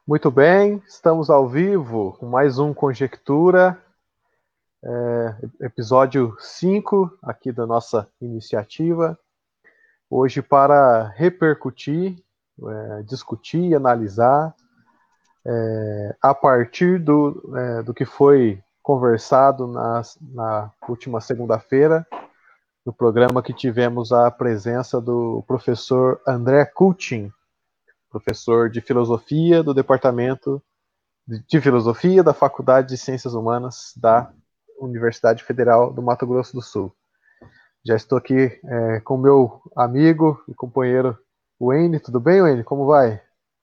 Muito bem, estamos ao vivo com mais um Conjectura, episódio 5 aqui da nossa iniciativa. Hoje para repercutir, discutir e analisar a partir do que foi conversado na última segunda-feira, no programa que tivemos a presença do professor André Kuchin, professor de filosofia do Departamento de Filosofia da Faculdade de Ciências Humanas da Universidade Federal do Mato Grosso do Sul. Já estou aqui com meu amigo e companheiro Wayne. Tudo bem, Wayne? Como vai?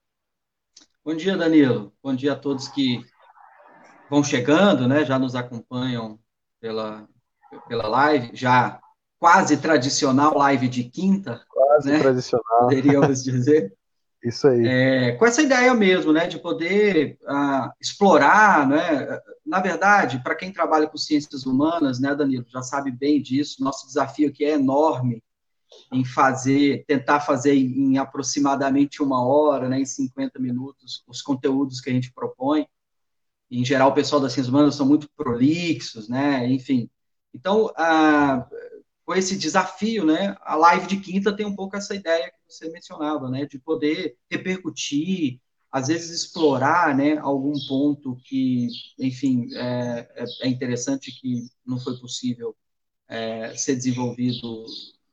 Bom dia, Danilo. Bom dia a todos que vão chegando, né? Já nos acompanham pela, pela live, já quase tradicional live de quinta, Quase né? tradicional. Poderíamos dizer. Isso aí. Com essa ideia mesmo, né? De poder explorar, né? Na verdade, para quem trabalha com ciências humanas, né, Danilo, já sabe bem disso. Nosso desafio aqui é enorme em tentar fazer em aproximadamente 1 hora, né? Em 50 minutos, os conteúdos que a gente propõe. Em geral, o pessoal das ciências humanas são muito prolixos, né? Enfim. Então, com esse desafio, né? A live de quinta tem um pouco essa ideia que você mencionava, né? De poder repercutir, às vezes explorar, né? Algum ponto que, enfim, é interessante que não foi possível ser desenvolvido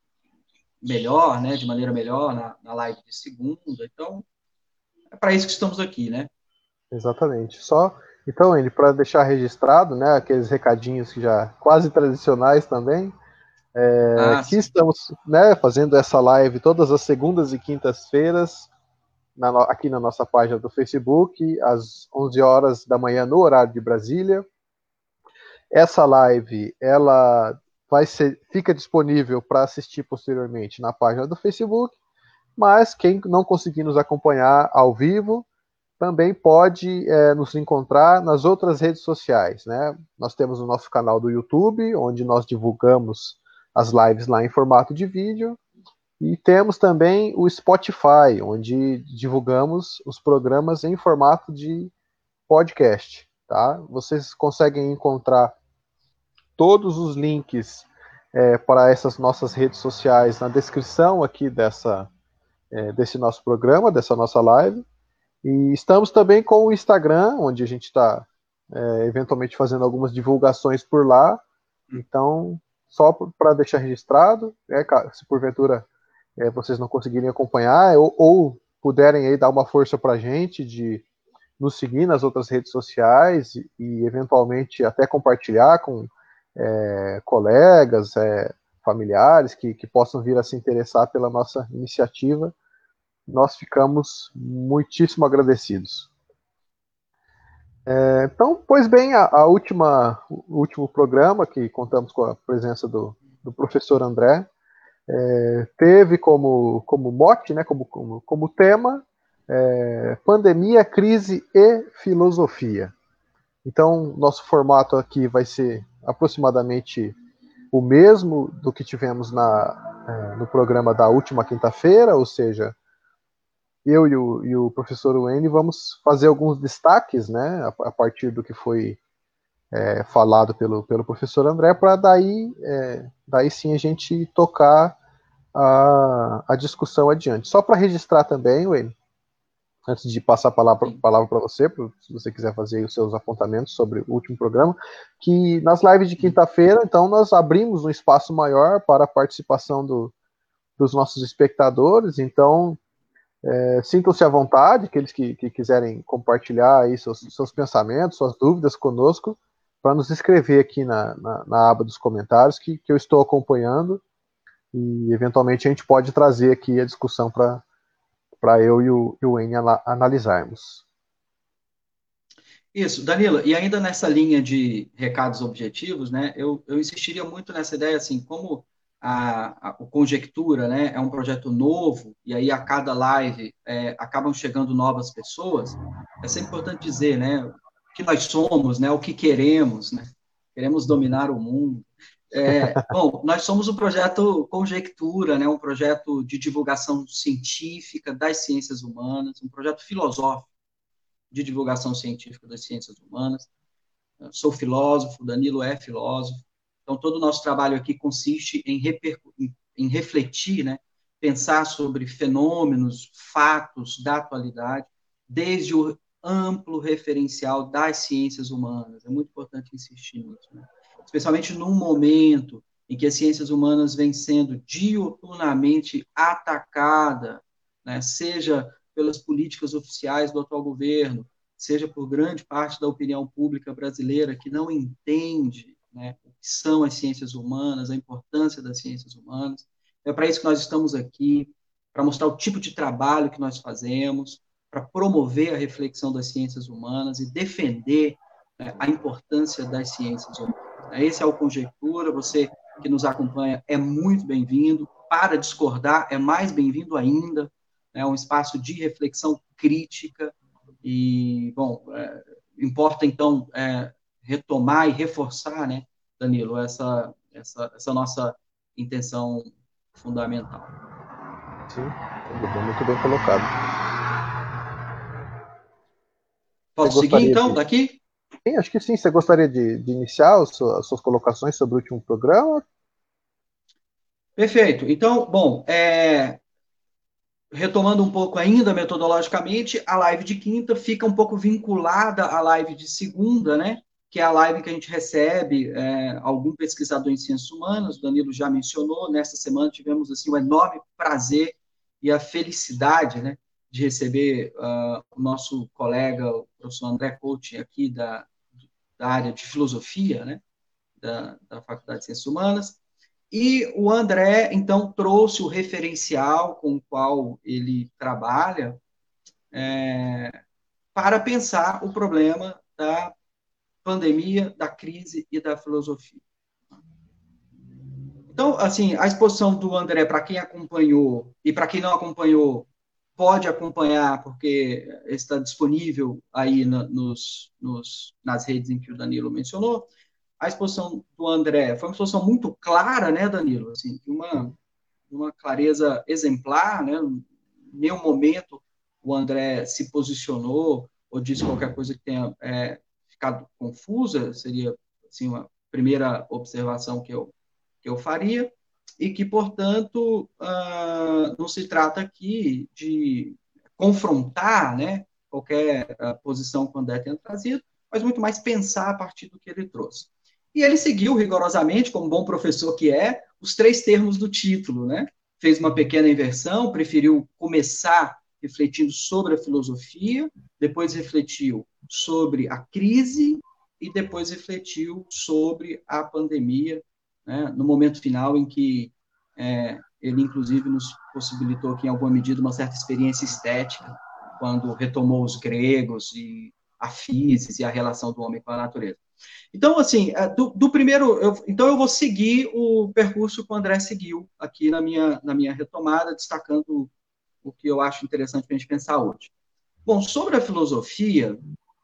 melhor, né? De maneira melhor na live de segunda. Então, é para isso que estamos aqui, né? Exatamente. Só então, Wayne, para deixar registrado, né, aqueles recadinhos que já quase tradicionais também, Ah, que sim. estamos, né, fazendo essa live todas as segundas e quintas-feiras aqui na nossa página do Facebook, às 11 horas da manhã no horário de Brasília. Essa live, ela fica disponível para assistir posteriormente na página do Facebook, mas quem não conseguir nos acompanhar ao vivo também pode nos encontrar nas outras redes sociais, né? Nós temos o nosso canal do YouTube, onde nós divulgamos as lives lá em formato de vídeo, e temos também o Spotify, onde divulgamos os programas em formato de podcast, tá? Vocês conseguem encontrar todos os links para essas nossas redes sociais na descrição aqui desse nosso programa, dessa nossa live. E estamos também com o Instagram, onde a gente está eventualmente fazendo algumas divulgações por lá. Então, só para deixar registrado, se porventura vocês não conseguirem acompanhar ou puderem aí dar uma força para a gente de nos seguir nas outras redes sociais e eventualmente até compartilhar com colegas, familiares que possam vir a se interessar pela nossa iniciativa, nós ficamos muitíssimo agradecidos. Então, pois bem, o último programa que contamos com a presença do professor André teve como mote, né, como tema, pandemia, crise e filosofia. Então, nosso formato aqui vai ser aproximadamente o mesmo do que tivemos no programa da última quinta-feira, ou seja, eu e o professor Wayne vamos fazer alguns destaques, né, a partir do que foi falado pelo professor André, para daí sim a gente tocar a discussão adiante. Só para registrar também, Wayne, antes de passar a Sim. palavra para você, se você quiser fazer os seus apontamentos sobre o último programa, que nas lives de quinta-feira, então, nós abrimos um espaço maior para a participação dos nossos espectadores, então sintam-se à vontade, aqueles que quiserem compartilhar aí seus pensamentos, suas dúvidas conosco, para nos escrever aqui na aba dos comentários, que eu estou acompanhando, e eventualmente a gente pode trazer aqui a discussão para eu e o Wayne analisarmos. Isso, Danila, e ainda nessa linha de recados objetivos, né, eu insistiria muito nessa ideia, assim, como o Conjectura, né, é um projeto novo, e aí a cada live acabam chegando novas pessoas, é sempre importante dizer, né, o que nós somos, né, o que queremos, né, queremos dominar o mundo. Bom, nós somos o projeto Conjectura, né, um projeto de divulgação científica das ciências humanas, um projeto filosófico, de divulgação científica das ciências humanas. Sou filósofo, Danilo é filósofo. Então, todo o nosso trabalho aqui consiste em refletir, né, pensar sobre fenômenos, fatos da atualidade, desde o amplo referencial das ciências humanas. É muito importante insistir nisso, né? Especialmente num momento em que as ciências humanas vêm sendo diuturnamente atacada, né, seja pelas políticas oficiais do atual governo, seja por grande parte da opinião pública brasileira que não entende, né, o que são as ciências humanas, a importância das ciências humanas. É para isso que nós estamos aqui, para mostrar o tipo de trabalho que nós fazemos, para promover a reflexão das ciências humanas e defender, né, a importância das ciências humanas. Esse é o Conjectura, você que nos acompanha é muito bem-vindo, para discordar é mais bem-vindo ainda, é um espaço de reflexão crítica e, bom, importa então retomar e reforçar, né, Danilo, essa nossa intenção fundamental. Sim, muito bem colocado. Posso seguir, então, daqui? Sim, acho que sim. Você gostaria de iniciar as suas colocações sobre o último programa? Perfeito. Então, bom, retomando um pouco ainda metodologicamente, a live de quinta fica um pouco vinculada à live de segunda, né? Que é a live que a gente recebe algum pesquisador em ciências humanas, o Danilo já mencionou. Nesta semana tivemos assim, um enorme prazer e a felicidade, né, de receber o nosso colega, o professor André Couto, aqui da área de filosofia, né, da Faculdade de Ciências Humanas. E o André, então, trouxe o referencial com o qual ele trabalha para pensar o problema da pandemia, da crise e da filosofia. Então, assim, a exposição do André, para quem acompanhou e para quem não acompanhou, pode acompanhar, porque está disponível aí nas redes em que o Danilo mencionou. A exposição do André foi uma exposição muito clara, né, Danilo? Assim, uma clareza exemplar, né? Em nenhum momento o André se posicionou ou disse qualquer coisa que tenha ficado confusa, seria assim, uma primeira observação que eu faria, e que, portanto, não se trata aqui de confrontar, né, qualquer posição que o André tenha trazido, mas muito mais pensar a partir do que ele trouxe. E ele seguiu rigorosamente, como bom professor que é, os 3 termos do título, né? Fez uma pequena inversão, preferiu começar refletindo sobre a filosofia, depois refletiu sobre a crise e depois refletiu sobre a pandemia, né? No momento final em que ele, inclusive, nos possibilitou aqui, em alguma medida, uma certa experiência estética, quando retomou os gregos e a física e a relação do homem com a natureza. Então, assim, do primeiro, então eu vou seguir o percurso que o André seguiu aqui na minha retomada, destacando o que eu acho interessante para a gente pensar hoje. Bom, sobre a filosofia,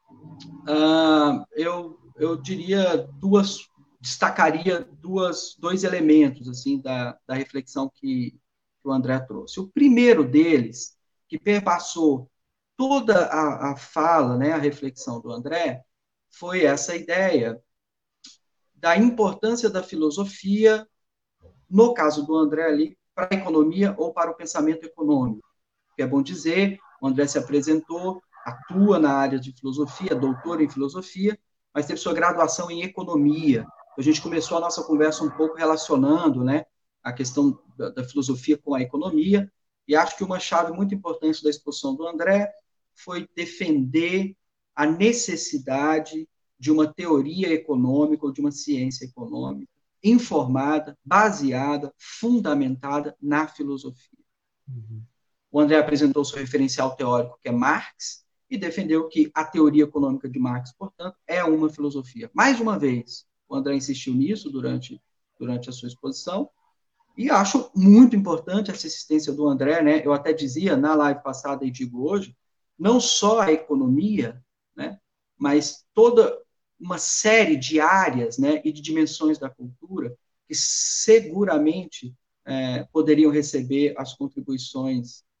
eu diria destacaria dois elementos assim da reflexão que o André trouxe. O primeiro deles, que perpassou toda a fala, né, a reflexão do André, foi essa ideia da importância da filosofia, no caso do André ali, para a economia ou para o pensamento econômico. Que é bom dizer, o André se apresentou, atua na área de filosofia, doutor em filosofia, mas teve sua graduação em economia. A gente começou a nossa conversa um pouco relacionando, né, a questão da filosofia com a economia, e acho que uma chave muito importante da exposição do André foi defender a necessidade de uma teoria econômica ou de uma ciência econômica informada, baseada, fundamentada na filosofia. Uhum. O André apresentou seu referencial teórico, que é Marx, e defendeu que a teoria econômica de Marx, portanto, é uma filosofia. Mais uma vez, o André insistiu nisso durante a sua exposição, e acho muito importante essa insistência do André, né? Eu até dizia na live passada e digo hoje, não só a economia, né, mas toda uma série de áreas, né, e de dimensões da cultura que seguramente poderiam receber as contribuições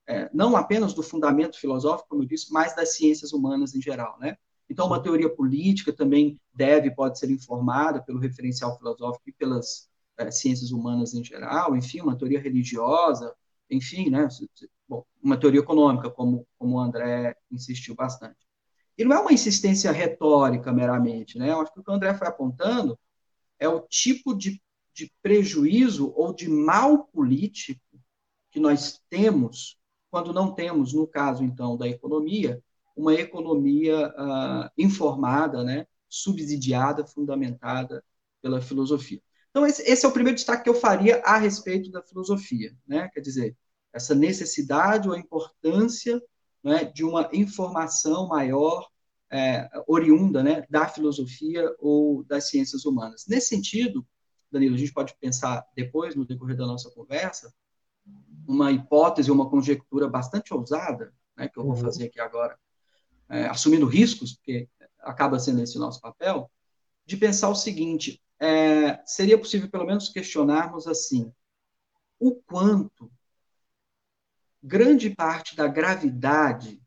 não apenas do fundamento filosófico, como eu disse, mas das ciências humanas em geral, né? Então, uma teoria política também pode ser informada pelo referencial filosófico e pelas ciências humanas em geral, enfim, uma teoria religiosa, enfim, né? Bom, uma teoria econômica, como o André insistiu bastante. E não é uma insistência retórica meramente, né? Eu acho que o que o André foi apontando é o tipo de prejuízo ou de mal político que nós temos quando não temos, no caso, então, da economia, uma economia informada, né, subsidiada, fundamentada pela filosofia. Então, esse é o primeiro destaque que eu faria a respeito da filosofia, né? Quer dizer, essa necessidade ou a importância, né, de uma informação maior oriunda, né, da filosofia ou das ciências humanas. Nesse sentido, Danilo, a gente pode pensar depois, no decorrer da nossa conversa, uma hipótese, uma conjectura bastante ousada, né, que eu vou fazer aqui agora, assumindo riscos, porque acaba sendo esse o nosso papel, de pensar o seguinte: seria possível pelo menos questionarmos assim, o quanto grande parte da gravidade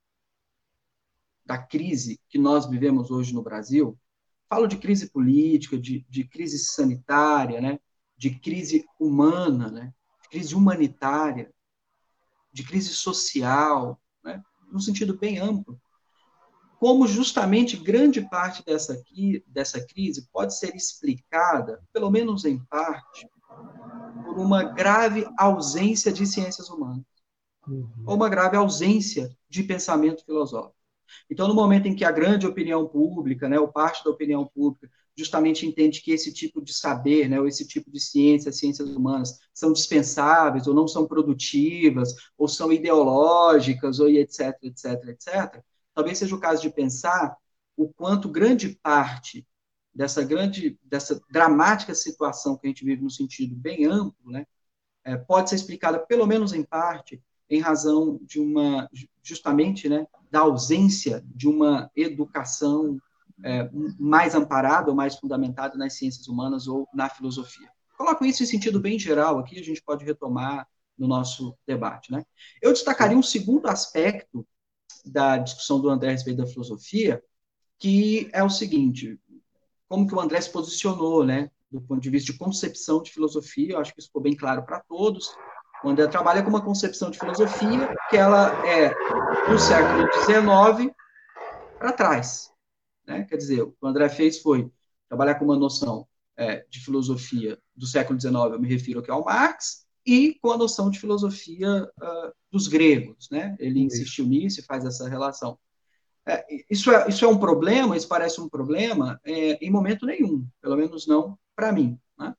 da crise que nós vivemos hoje no Brasil, falo de crise política, de crise sanitária, né, de crise humana, né, de crise humanitária, de crise social, né, num sentido bem amplo, como justamente grande parte dessa crise pode ser explicada, pelo menos em parte, por uma grave ausência de ciências humanas, ou uma grave ausência de pensamento filosófico. Então, no momento em que a grande opinião pública, né, ou parte da opinião pública, justamente entende que esse tipo de saber, né, ou esse tipo de ciência, ciências humanas, são dispensáveis, ou não são produtivas, ou são ideológicas, ou etc, etc, etc, talvez seja o caso de pensar o quanto grande parte dessa dramática situação que a gente vive no sentido bem amplo, né, pode ser explicada, pelo menos em parte, em razão de justamente, né, da ausência de uma educação mais amparada ou mais fundamentada nas ciências humanas ou na filosofia. Coloco isso em sentido bem geral aqui, a gente pode retomar no nosso debate, né? Eu destacaria um segundo aspecto da discussão do André a respeito da filosofia, que é o seguinte: como que o André se posicionou, né, do ponto de vista de concepção de filosofia. Eu acho que isso ficou bem claro para todos. O André trabalha com uma concepção de filosofia que ela é do século XIX para trás, né? Quer dizer, o que o André fez foi trabalhar com uma noção de filosofia do século XIX, eu me refiro aqui ao Marx, e com a noção de filosofia dos gregos, né? Ele insistiu nisso e faz essa relação. Isso é um problema, isso parece um problema, em momento nenhum, pelo menos não para mim, né?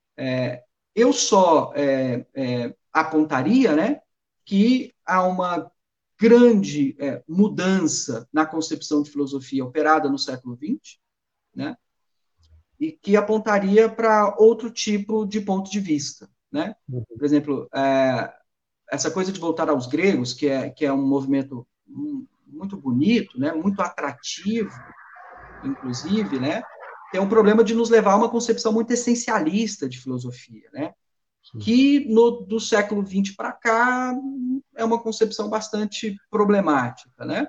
Eu só apontaria, né, que há uma grande mudança na concepção de filosofia operada no século XX, né, e que apontaria para outro tipo de ponto de vista, né? Por exemplo, essa coisa de voltar aos gregos, que é um movimento muito bonito, né, muito atrativo, inclusive, né, tem um problema de nos levar a uma concepção muito essencialista de filosofia, né, que do século XX para cá é uma concepção bastante problemática, né?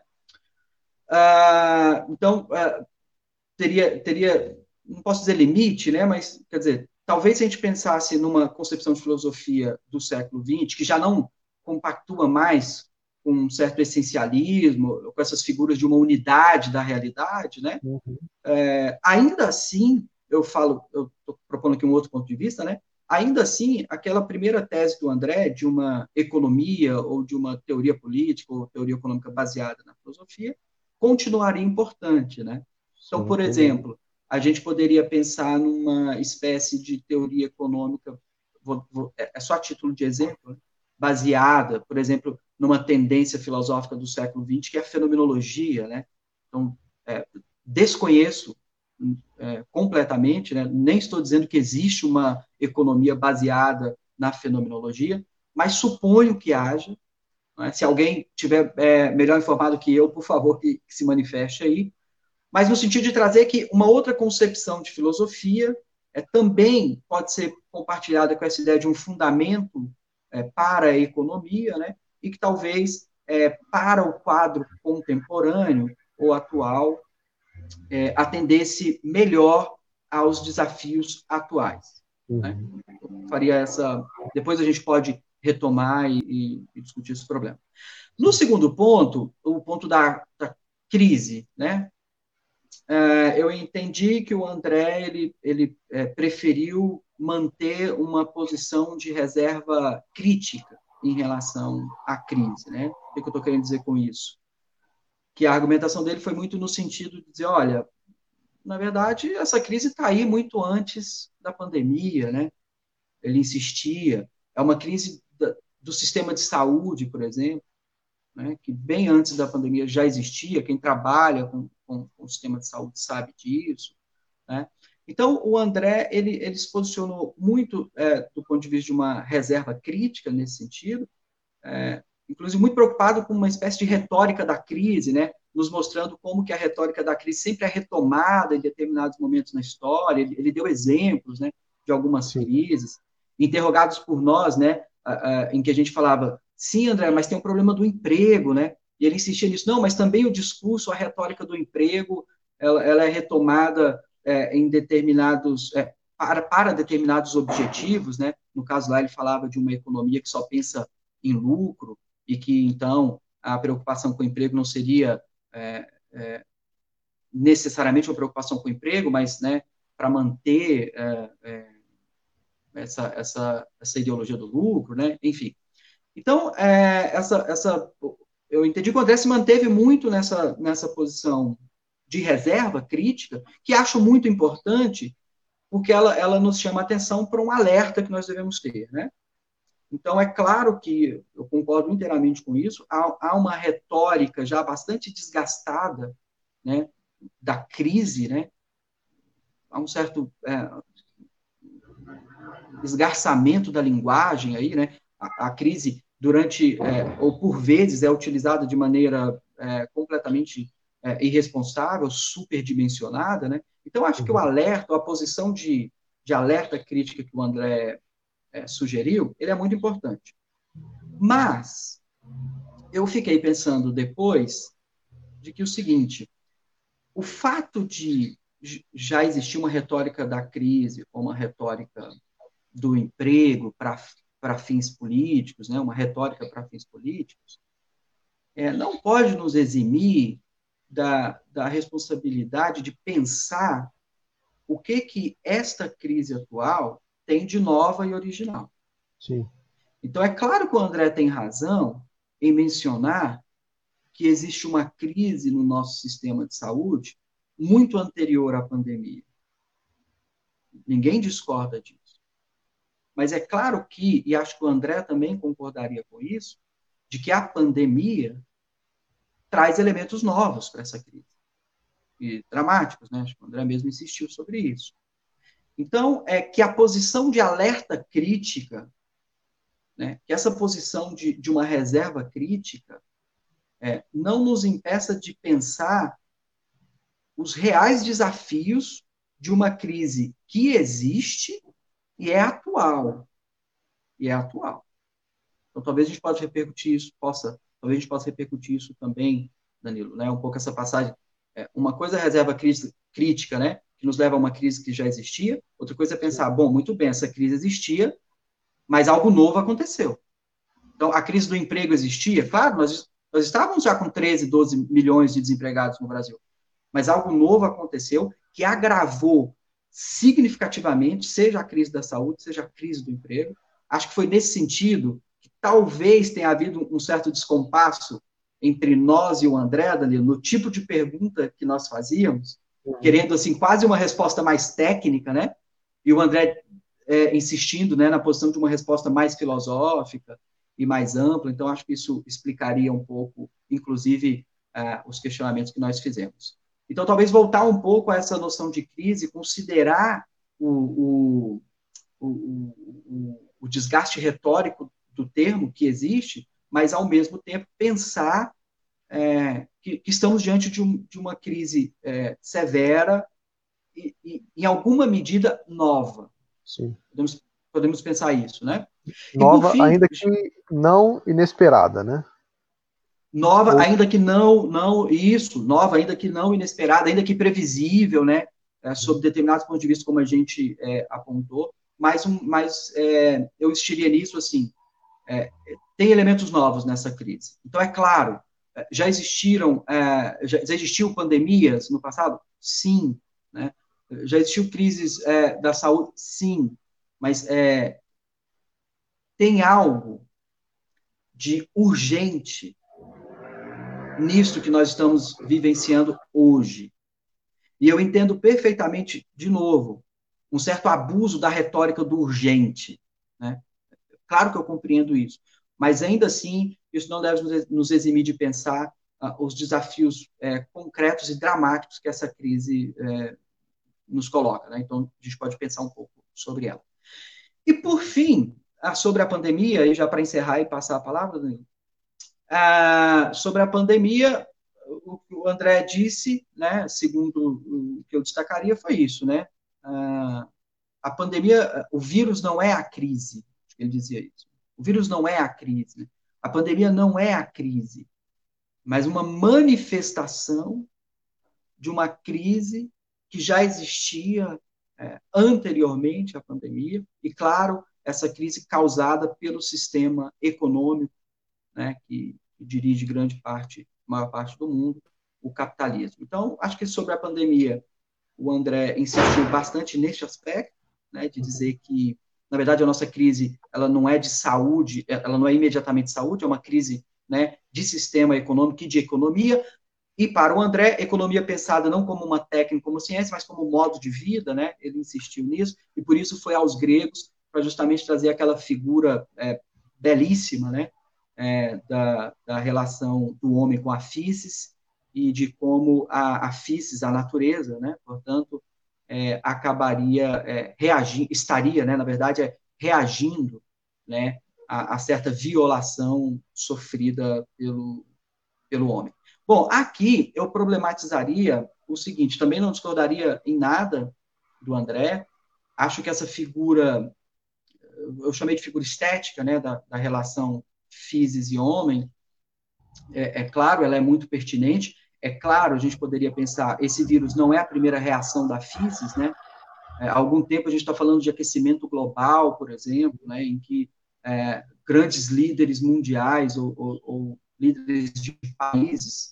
Então, teria, não posso dizer limite, né, mas, quer dizer, talvez se a gente pensasse numa concepção de filosofia do século XX, que já não compactua mais com um certo essencialismo, com essas figuras de uma unidade da realidade, né? Ainda assim, eu estou propondo aqui um outro ponto de vista, né? Ainda assim, aquela primeira tese do André de uma economia ou de uma teoria política ou teoria econômica baseada na filosofia continuaria importante, né? Então, por exemplo, a gente poderia pensar numa espécie de teoria econômica, é só a título de exemplo, né? Baseada, por exemplo, numa tendência filosófica do século XX, que é a fenomenologia, né? Então, desconheço completamente, né? Nem estou dizendo que existe uma economia baseada na fenomenologia, mas suponho que haja, né? Se alguém tiver melhor informado que eu, por favor, que se manifeste aí, mas no sentido de trazer que uma outra concepção de filosofia também pode ser compartilhada com essa ideia de um fundamento para a economia, né? e que talvez, para o quadro contemporâneo ou atual, atendesse melhor aos desafios atuais. Né? Eu faria essa... Depois a gente pode retomar e discutir esse problema. No segundo ponto, o ponto da crise, né? Eu entendi que o André ele preferiu manter uma posição de reserva crítica em relação à crise, né? O que eu estou querendo dizer com isso? Que a argumentação dele foi muito no sentido de dizer, olha, na verdade, essa crise está aí muito antes da pandemia, né? Ele insistia, é uma crise do sistema de saúde, por exemplo, né, que bem antes da pandemia já existia, quem trabalha com o sistema de saúde sabe disso. Né? Então, o André, ele se posicionou muito do ponto de vista de uma reserva crítica nesse sentido, inclusive muito preocupado com uma espécie de retórica da crise, né, nos mostrando como que a retórica da crise sempre é retomada em determinados momentos na história. Ele deu exemplos, né, de algumas crises, interrogados por nós, né, em que a gente falava, sim, André, mas tem um problema do emprego, né? E ele insistia nisso, não, mas também o discurso, a retórica do emprego, ela é retomada em determinados, para determinados objetivos, né? No caso lá, ele falava de uma economia que só pensa em lucro e que, então, a preocupação com o emprego não seria necessariamente uma preocupação com o emprego, mas, né, para manter essa ideologia do lucro, né? Enfim. Então, eu entendi que o André se manteve muito nessa posição de reserva crítica, que acho muito importante, porque ela nos chama a atenção para um alerta que nós devemos ter, né? Então, é claro que eu concordo inteiramente com isso, há uma retórica já bastante desgastada, né, da crise, né? Há um certo esgarçamento da linguagem aí, né? A crise durante, ou por vezes, é utilizada de maneira completamente irresponsável, superdimensionada, né? Então, acho que o alerta, a posição de alerta crítica que o André sugeriu, ele é muito importante. Mas, eu fiquei pensando depois de que o seguinte, o fato de já existir uma retórica da crise, ou uma retórica do emprego para fins políticos, né, uma retórica para fins políticos, não pode nos eximir da responsabilidade de pensar o que esta crise atual tem de nova e original. Sim. Então, é claro que o André tem razão em mencionar que existe uma crise no nosso sistema de saúde muito anterior à pandemia. Ninguém discorda disso. Mas é claro que, e acho que o André também concordaria com isso, de que a pandemia traz elementos novos para essa crise. E dramáticos, né? Acho que o André mesmo insistiu sobre isso. Então, é que a posição de alerta crítica, né, que essa posição de uma reserva crítica, não nos impeça de pensar os reais desafios de uma crise que existe e é atual. E é atual. Então, talvez a gente possa repercutir isso, talvez a gente possa repercutir isso também, Danilo, né? Um pouco essa passagem. Uma coisa é a reserva crítica, né? Que nos leva a uma crise que já existia. Outra coisa é pensar, bom, muito bem, essa crise existia, mas algo novo aconteceu. Então, a crise do emprego existia? Claro, nós estávamos já com 13, 12 milhões de desempregados no Brasil. Mas algo novo aconteceu que agravou significativamente, seja a crise da saúde, seja a crise do emprego. Acho que foi nesse sentido que talvez tenha havido um certo descompasso entre nós e o André, Danilo, no tipo de pergunta que nós fazíamos, querendo, assim, quase uma resposta mais técnica, né? E o André insistindo, né, na posição de uma resposta mais filosófica e mais ampla. Então, acho que isso explicaria um pouco, inclusive, os questionamentos que nós fizemos. Então, talvez voltar um pouco a essa noção de crise, considerar o desgaste retórico do termo que existe, mas, ao mesmo tempo, pensar que estamos diante de uma crise severa e, em alguma medida, nova. Sim. Podemos pensar isso, né? E por Nova, fim, ainda que não inesperada, né? nova, ainda que não isso, nova, ainda que não inesperada, ainda que previsível, né? Sob determinados pontos de vista, como a gente apontou, mas eu estiria nisso assim. Tem elementos novos nessa crise. Então, é claro, já existiu pandemias no passado? Sim. Né? Já existiu crises da saúde? Sim. Mas tem algo de urgente nisso que nós estamos vivenciando hoje. E eu entendo perfeitamente, de novo, um certo abuso da retórica do urgente. Né? Claro que eu compreendo isso, mas ainda assim, isso não deve nos eximir de pensar os desafios concretos e dramáticos que essa crise nos coloca. Né? Então, a gente pode pensar um pouco sobre ela. E, por fim, sobre a pandemia, e já para encerrar e passar a palavra, Danilo, sobre a pandemia, o que o André disse, né, segundo o que eu destacaria, foi isso, né? A pandemia, o vírus não é a crise, ele dizia isso. O vírus não é a crise. Né? A pandemia não é a crise, mas uma manifestação de uma crise que já existia anteriormente à pandemia, e, claro, essa crise causada pelo sistema econômico, né, que dirige grande parte, maior parte do mundo, o capitalismo. Então, acho que sobre a pandemia, o André insistiu bastante neste aspecto, né, de dizer que, na verdade, a nossa crise ela não é de saúde, ela não é imediatamente de saúde, é uma crise, né, de sistema econômico e de economia. E para o André, economia pensada não como uma técnica, como ciência, mas como modo de vida, né? Ele insistiu nisso, e por isso foi aos gregos, para justamente trazer aquela figura belíssima, né? Da relação do homem com a físis, e de como a físis, a natureza, né? Portanto, acabaria reagindo, estaria, né? Na verdade, reagindo, né? A certa violação sofrida pelo homem. Bom, aqui eu problematizaria o seguinte, também não discordaria em nada do André, acho que essa figura, eu chamei de figura estética, né, da relação físis e homem, claro, ela é muito pertinente, é claro, a gente poderia pensar, esse vírus não é a primeira reação da físis, né, há algum tempo a gente está falando de aquecimento global, por exemplo, né, em que grandes líderes mundiais ou líderes de países,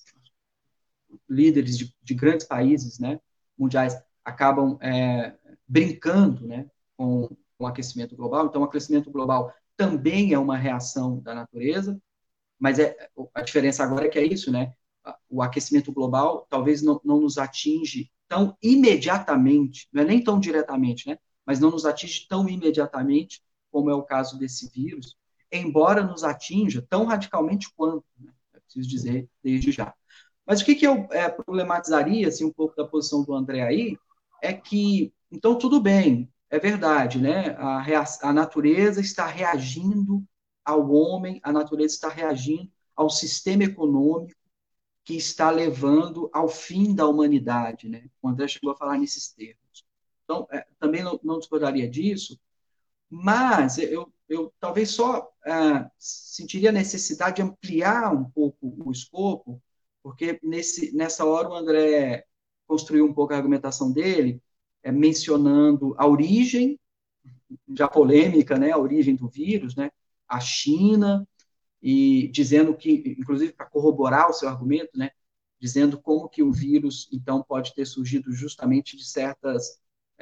líderes de grandes países, né, mundiais, acabam brincando, né, com o aquecimento global. Então, o aquecimento global também é uma reação da natureza, mas a diferença agora é que é isso, né? O aquecimento global talvez não nos atinge tão imediatamente, não é nem tão diretamente, né? Mas não nos atinge tão imediatamente como é o caso desse vírus, embora nos atinja tão radicalmente quanto, né? É preciso dizer desde já. Mas o que eu problematizaria, assim, um pouco da posição do André aí, é que, então, tudo bem, é verdade, né? A natureza está reagindo ao homem, a natureza está reagindo ao sistema econômico que está levando ao fim da humanidade, né? O André chegou a falar nesses termos. Então, também não discordaria disso, mas eu talvez só sentiria a necessidade de ampliar um pouco o escopo, porque nessa hora o André construiu um pouco a argumentação dele, mencionando a origem, já polêmica, né, a origem do vírus, né, a China, e dizendo que, inclusive para corroborar o seu argumento, né, dizendo como que o vírus, então, pode ter surgido justamente de certas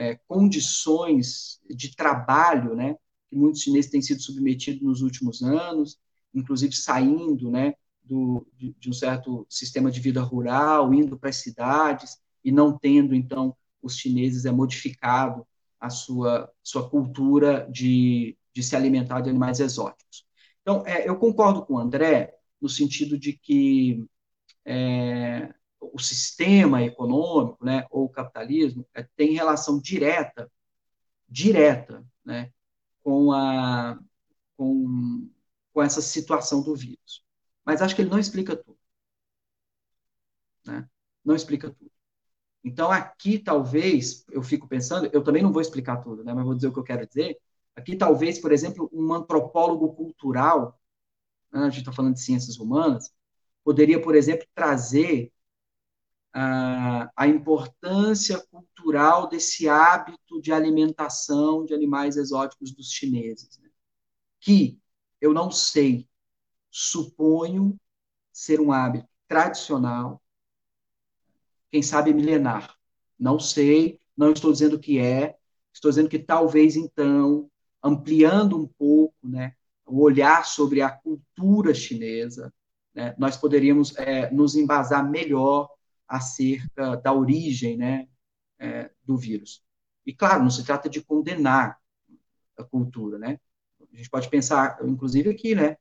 condições de trabalho, né, que muitos chineses têm sido submetidos nos últimos anos, inclusive saindo, né, de um certo sistema de vida rural, indo para as cidades, e não tendo, então, os chineses modificado a sua cultura de se alimentar de animais exóticos. Então, eu concordo com o André, no sentido de que o sistema econômico, né, ou o capitalismo, tem relação direta, né, com, a, com, com essa situação do vírus. Mas acho que ele não explica tudo. Né? Não explica tudo. Então, aqui, talvez, eu fico pensando, eu também não vou explicar tudo, né, mas vou dizer o que eu quero dizer, Aqui, talvez, por exemplo, um antropólogo cultural, né, a gente está falando de ciências humanas, poderia, por exemplo, trazer a importância cultural desse hábito de alimentação de animais exóticos dos chineses, né? Que eu não sei, suponho ser um hábito tradicional, quem sabe milenar. Não sei, não estou dizendo que é, estou dizendo que talvez então, ampliando um pouco, né, o olhar sobre a cultura chinesa, né, nós poderíamos nos embasar melhor acerca da origem, né, do vírus. E claro, não se trata de condenar a cultura, né? A gente pode pensar, inclusive aqui, né,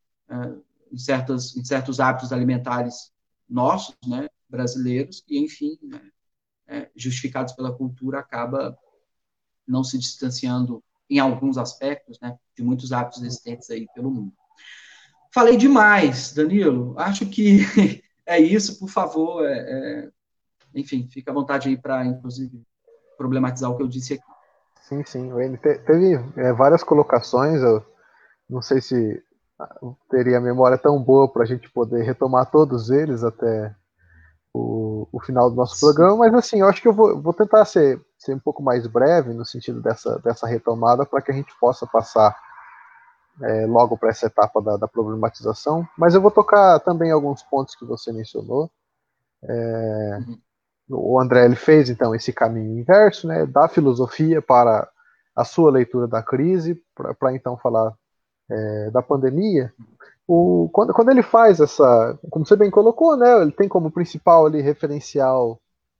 em certos hábitos alimentares nossos, né, brasileiros, que, enfim, né, justificados pela cultura, acaba não se distanciando em alguns aspectos, né, de muitos hábitos existentes aí pelo mundo. Falei demais, Danilo. Acho que é isso. Por favor, enfim, fica à vontade aí para, inclusive, problematizar o que eu disse aqui. Sim, sim. Ele teve várias colocações. Eu não sei se teria memória tão boa para a gente poder retomar todos eles até o final do nosso Sim. programa, mas assim, eu acho que eu vou tentar ser um pouco mais breve no sentido dessa retomada para que a gente possa passar logo para essa etapa da problematização, mas eu vou tocar também alguns pontos que você mencionou. Uhum. O André ele fez então esse caminho inverso, né, da filosofia para a sua leitura da crise, para então falar da pandemia. Quando ele faz essa, como você bem colocou, né, ele tem como principal ali, referencial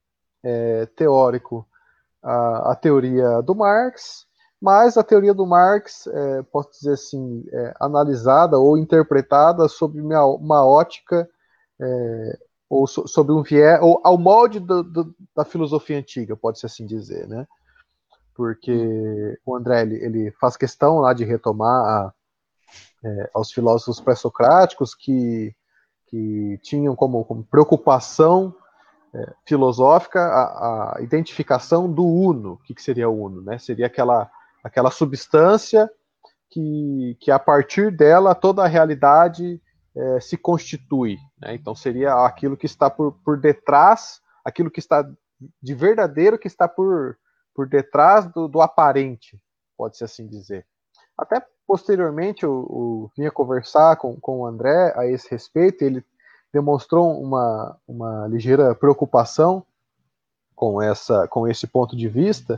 teórico a teoria do Marx, mas a teoria do Marx, posso dizer assim, analisada ou interpretada sob uma ótica ou sobre um viés, ou ao molde da filosofia antiga, pode-se assim dizer, né? Porque o André ele faz questão lá de retomar aos filósofos pré-socráticos que tinham como preocupação filosófica a identificação do uno. O que seria o uno? Né? Seria aquela substância que a partir dela toda a realidade se constitui. Né? Então seria aquilo que está por detrás, aquilo que está de verdadeiro que está por detrás do aparente, pode-se assim dizer. Até posteriormente eu vinha conversar com o André a esse respeito, ele demonstrou uma ligeira preocupação com esse ponto de vista,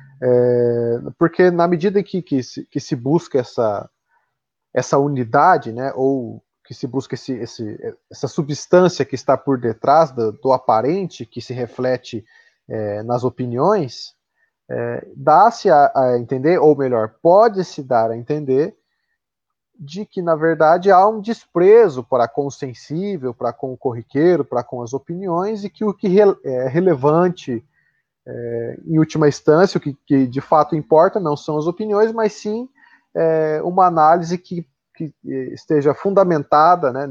porque na medida que se busca essa unidade, né, ou que se busca essa substância que está por detrás do aparente, que se reflete nas opiniões, dá-se a entender, ou melhor, pode-se dar a entender, de que, na verdade, há um desprezo para com o sensível, para com o corriqueiro, para com as opiniões, e que o que é relevante, em última instância, o que de fato importa não são as opiniões, mas sim uma análise que esteja fundamentada, né,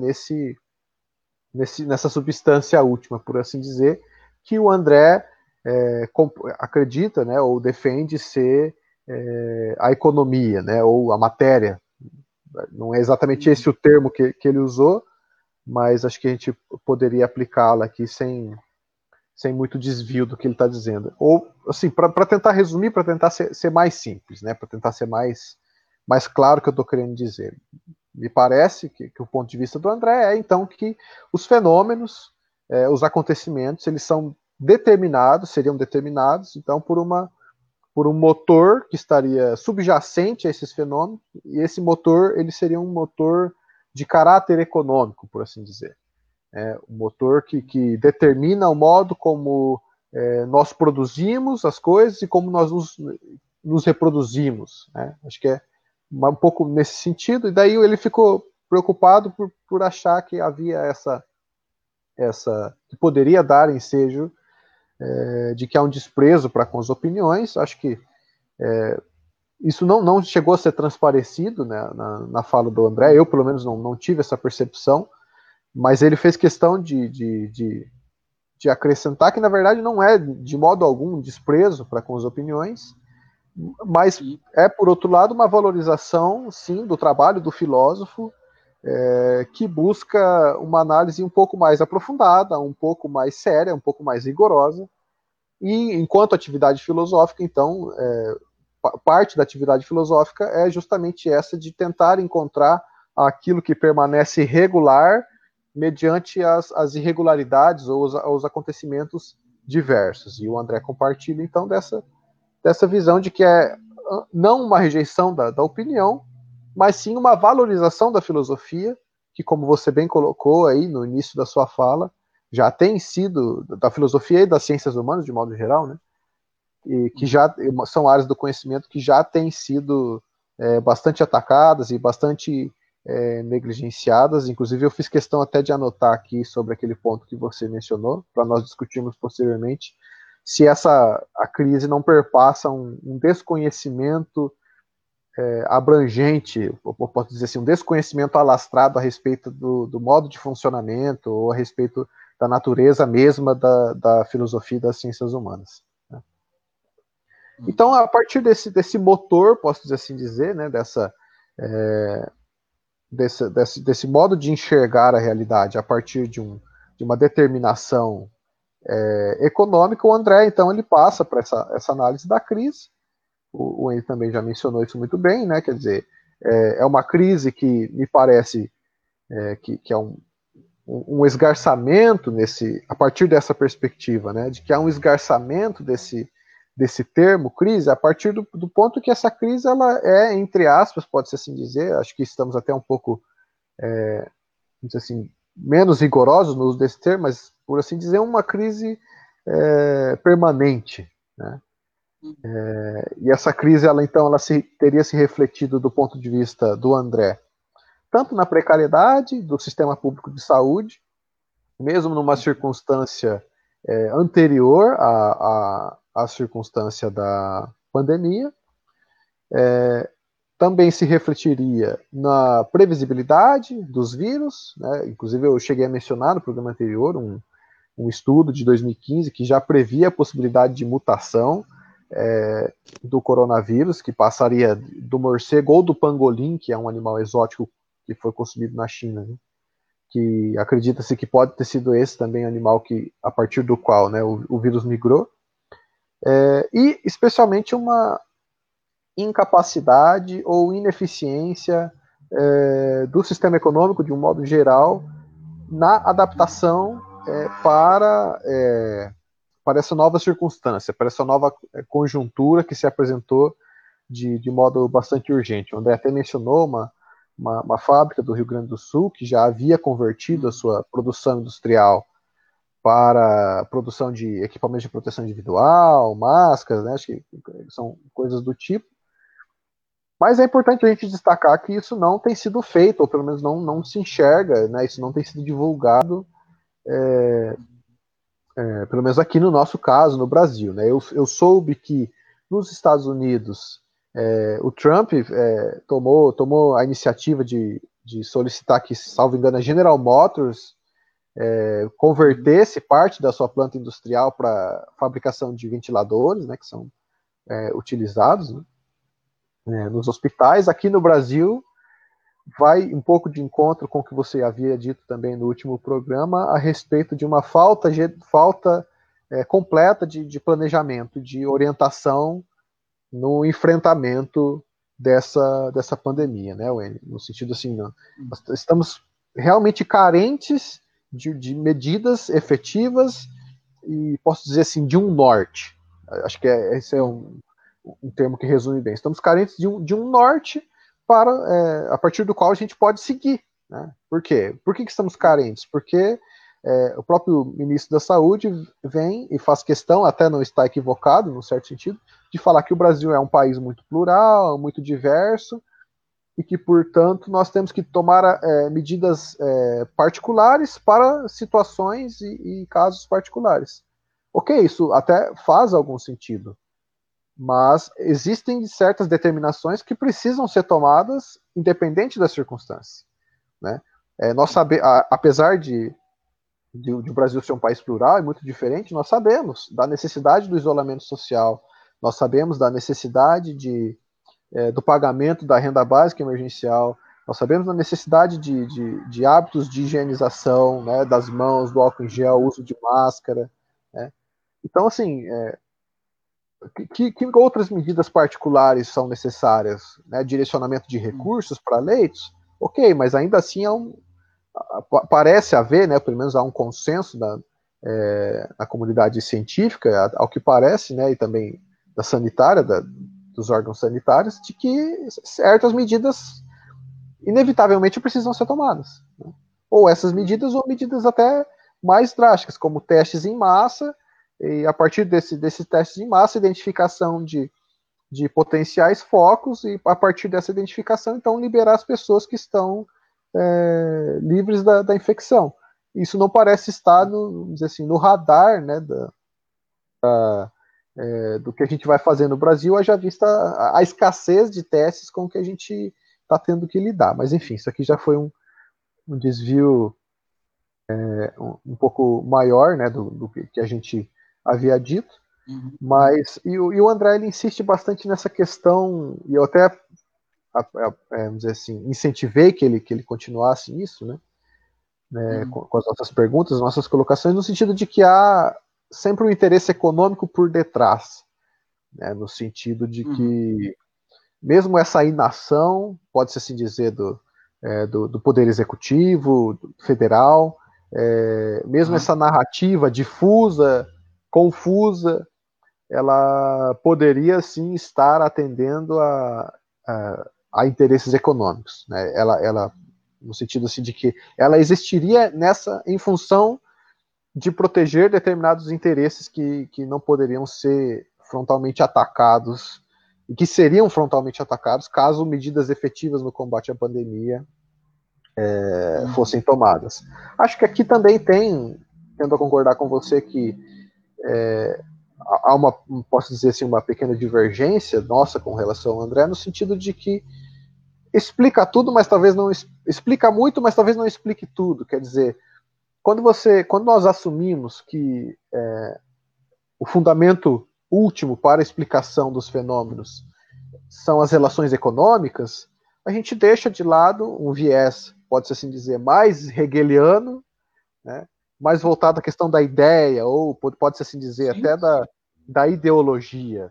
nessa substância última, por assim dizer, que o André acredita, né, ou defende ser a economia, né, ou a matéria. Não é exatamente esse o termo que ele usou, mas acho que a gente poderia aplicá-lo aqui sem muito desvio do que ele está dizendo. Ou, assim, para tentar resumir, para tentar ser mais simples, né? Para tentar ser mais claro o que eu estou querendo dizer. Me parece que o ponto de vista do André é, então, que os fenômenos, os acontecimentos, eles são seriam determinados, então, por um motor que estaria subjacente a esses fenômenos, e esse motor ele seria um motor de caráter econômico, por assim dizer. Um motor que determina o modo como nós produzimos as coisas e como nós nos reproduzimos. Né? Acho que é um pouco nesse sentido, e daí ele ficou preocupado por achar que havia que poderia dar ensejo de que há um desprezo para com as opiniões. Acho que isso não chegou a ser transparecido, né, na fala do André. Eu, pelo menos, não tive essa percepção, mas ele fez questão de acrescentar que, na verdade, não é de modo algum um desprezo para com as opiniões, Mas é, por outro lado, uma valorização, sim, do trabalho do filósofo, que busca uma análise um pouco mais aprofundada, um pouco mais séria, um pouco mais rigorosa. E, enquanto atividade filosófica, então, parte da atividade filosófica é justamente essa de tentar encontrar aquilo que permanece regular mediante as irregularidades ou os acontecimentos diversos. E o André compartilha, então, dessa visão de que é não uma rejeição da opinião, mas sim uma valorização da filosofia, que, como você bem colocou aí no início da sua fala, já tem sido, da filosofia e das ciências humanas, de modo geral, né? E que já são áreas do conhecimento que já têm sido bastante atacadas e bastante negligenciadas. Inclusive, eu fiz questão até de anotar aqui sobre aquele ponto que você mencionou, para nós discutirmos posteriormente, se a crise não perpassa um desconhecimento abrangente, eu posso dizer assim, um desconhecimento alastrado a respeito do modo de funcionamento ou a respeito da natureza mesma da filosofia e das ciências humanas. Né? Então, a partir desse motor, posso assim dizer, né, desse modo de enxergar a realidade a partir de uma determinação econômica, o André, então, ele passa para essa análise da crise. O Henry também já mencionou isso muito bem, né? Quer dizer, é uma crise que me parece que é um esgarçamento a partir dessa perspectiva, né? De que há um esgarçamento desse termo crise a partir do ponto que essa crise ela é, entre aspas, pode-se assim dizer, acho que estamos até um pouco assim, menos rigorosos no uso desse termo, mas por assim dizer, uma crise permanente, né? E essa crise, ela teria se refletido do ponto de vista do André, tanto na precariedade do sistema público de saúde, mesmo numa circunstância anterior à circunstância da pandemia, também se refletiria na previsibilidade dos vírus, né? Inclusive eu cheguei a mencionar no programa anterior um estudo de 2015 que já previa a possibilidade de mutação do coronavírus, que passaria do morcego ou do pangolim, que é um animal exótico que foi consumido na China, né? Que acredita-se que pode ter sido esse também animal a partir do qual, né, o vírus migrou, e especialmente uma incapacidade ou ineficiência do sistema econômico, de um modo geral, na adaptação para essa nova circunstância, para essa nova conjuntura que se apresentou de modo bastante urgente. O André até mencionou uma fábrica do Rio Grande do Sul que já havia convertido a sua produção industrial para a produção de equipamentos de proteção individual, máscaras, né? Acho que são coisas do tipo. Mas é importante a gente destacar que isso não tem sido feito, ou pelo menos não se enxerga, né? Isso não tem sido divulgado, pelo menos aqui no nosso caso, no Brasil. Né? Eu soube que nos Estados Unidos o Trump tomou a iniciativa de solicitar que, salvo engano, a General Motors convertesse parte da sua planta industrial para fabricação de ventiladores, né, que são utilizados, né, nos hospitais. Aqui no Brasil, vai um pouco de encontro com o que você havia dito também no último programa a respeito de uma falta completa de planejamento, de orientação no enfrentamento dessa pandemia, né, Wayne? No sentido assim, nós estamos realmente carentes de medidas efetivas e, posso dizer assim, de um norte. Acho que esse é um termo que resume bem. Estamos carentes de um norte a partir do qual a gente pode seguir. Né? Por quê? Por que estamos carentes? Porque o próprio ministro da Saúde vem e faz questão, até não está equivocado, num certo sentido, de falar que o Brasil é um país muito plural, muito diverso, e que, portanto, nós temos que tomar medidas particulares para situações e casos particulares. Ok, isso até faz algum sentido, mas existem certas determinações que precisam ser tomadas independente das circunstâncias. Né? Nós apesar de o Brasil ser um país plural e muito diferente, nós sabemos da necessidade do isolamento social, Nós sabemos da necessidade do pagamento da renda básica emergencial, nós sabemos da necessidade de hábitos de higienização, né, das mãos, do álcool em gel, uso de máscara, né? Então, assim, que outras medidas particulares são necessárias? Né? Direcionamento de recursos para leitos? Ok, mas ainda assim parece haver, né, pelo menos há um consenso na comunidade científica, ao que parece, né, e também da sanitária, dos órgãos sanitários, de que certas medidas inevitavelmente precisam ser tomadas. Né? Ou essas medidas, ou medidas até mais drásticas, como testes em massa, e a partir desses testes em massa, identificação de potenciais focos, e a partir dessa identificação, então, liberar as pessoas que estão livres da infecção. Isso não parece estar vamos dizer assim, no radar, né, do que a gente vai fazer no Brasil, haja vista a escassez de testes com que a gente está tendo que lidar. Mas, enfim, isso aqui já foi um desvio um pouco maior, né, do que a gente havia dito. Uhum. Mas, e o André, ele insiste bastante nessa questão, e eu até, vamos dizer assim, incentivei que ele continuasse nisso, né, com as nossas perguntas, nossas colocações, no sentido de que há sempre um interesse econômico por detrás, né, no sentido de que mesmo essa inação, pode-se assim dizer, do Poder Executivo, federal, mesmo essa narrativa difusa, confusa, ela poderia sim estar atendendo a interesses econômicos, né? Ela, no sentido assim de que ela existiria em função de proteger determinados interesses que não poderiam ser frontalmente atacados e que seriam frontalmente atacados caso medidas efetivas no combate à pandemia fossem tomadas. Acho que aqui também tendo a concordar com você que há posso dizer assim, uma pequena divergência nossa com relação ao André, no sentido de que explica tudo, mas talvez não explica muito, mas talvez não explique tudo. Quer dizer, quando nós assumimos que o fundamento último para a explicação dos fenômenos são as relações econômicas, a gente deixa de lado um viés, pode-se assim dizer, mais hegeliano, né, mais voltado à questão da ideia, ou pode-se assim dizer, sim, até da ideologia.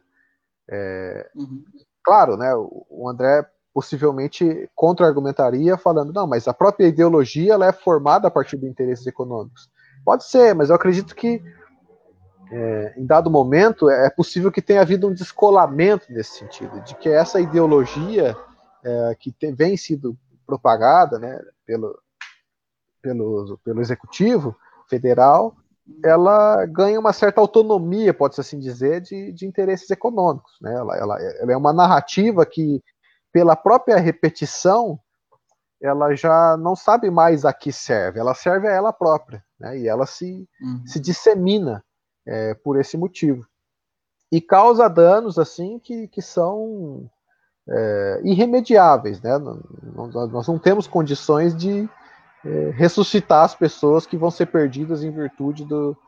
Claro, né, o André possivelmente contra-argumentaria falando, não, mas a própria ideologia ela é formada a partir de interesses econômicos. Pode ser, mas eu acredito que em dado momento é possível que tenha havido um descolamento nesse sentido, de que essa ideologia que vem sido propagada, né, pelo executivo federal, ela ganha uma certa autonomia, pode-se assim dizer, de interesses econômicos. Né? Ela é uma narrativa que, pela própria repetição, ela já não sabe mais a que serve, ela serve a ela própria, né? E ela se dissemina por esse motivo. E causa danos assim que são irremediáveis. Né? Nós não temos condições de ressuscitar as pessoas que vão ser perdidas em virtude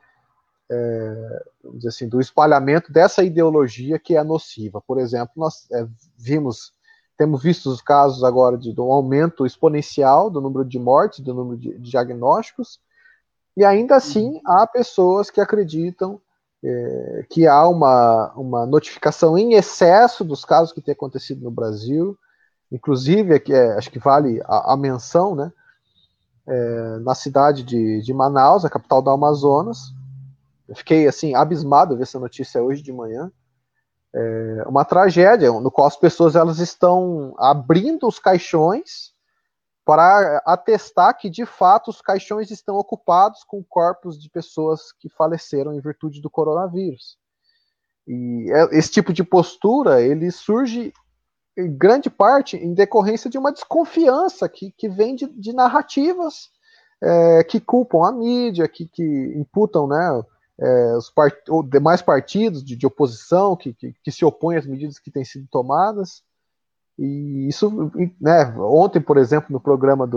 vamos dizer assim, do espalhamento dessa ideologia que é nociva. Por exemplo, nós temos visto os casos agora de um aumento exponencial do número de mortes, do número de diagnósticos, e ainda assim há pessoas que acreditam que há uma notificação em excesso dos casos que têm acontecido no Brasil, inclusive, acho que vale a menção, né, na cidade de Manaus, a capital do Amazonas. Eu fiquei assim abismado a ver essa notícia hoje de manhã. Uma tragédia no qual as pessoas elas estão abrindo os caixões para atestar que de fato os caixões estão ocupados com corpos de pessoas que faleceram em virtude do coronavírus. E esse tipo de postura ele surge em grande parte em decorrência de uma desconfiança que vem de narrativas que culpam a mídia, que imputam, né, os demais partidos de oposição que se opõem às medidas que têm sido tomadas. E isso, né, ontem, por exemplo, no programa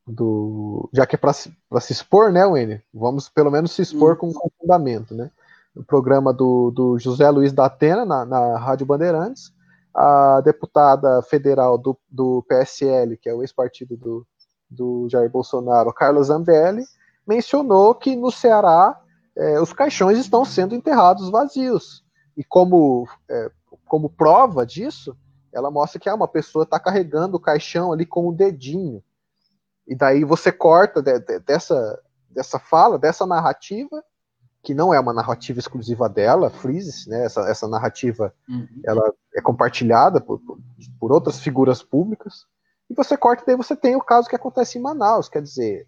já que é para se expor, né, Wayne? Vamos pelo menos se expor com fundamento, né? no programa do José Luiz da Atena, na Rádio Bandeirantes, a deputada federal do PSL, que é o ex-partido do Jair Bolsonaro, Carla Zambelli, mencionou que no Ceará os caixões estão sendo enterrados vazios. E como prova disso, ela mostra que uma pessoa está carregando o caixão ali com o dedinho. E daí você corta dessa fala, dessa narrativa, que não é uma narrativa exclusiva dela, frise, né? Essa narrativa ela é compartilhada por outras figuras públicas, e você corta, e daí você tem o caso que acontece em Manaus. Quer dizer,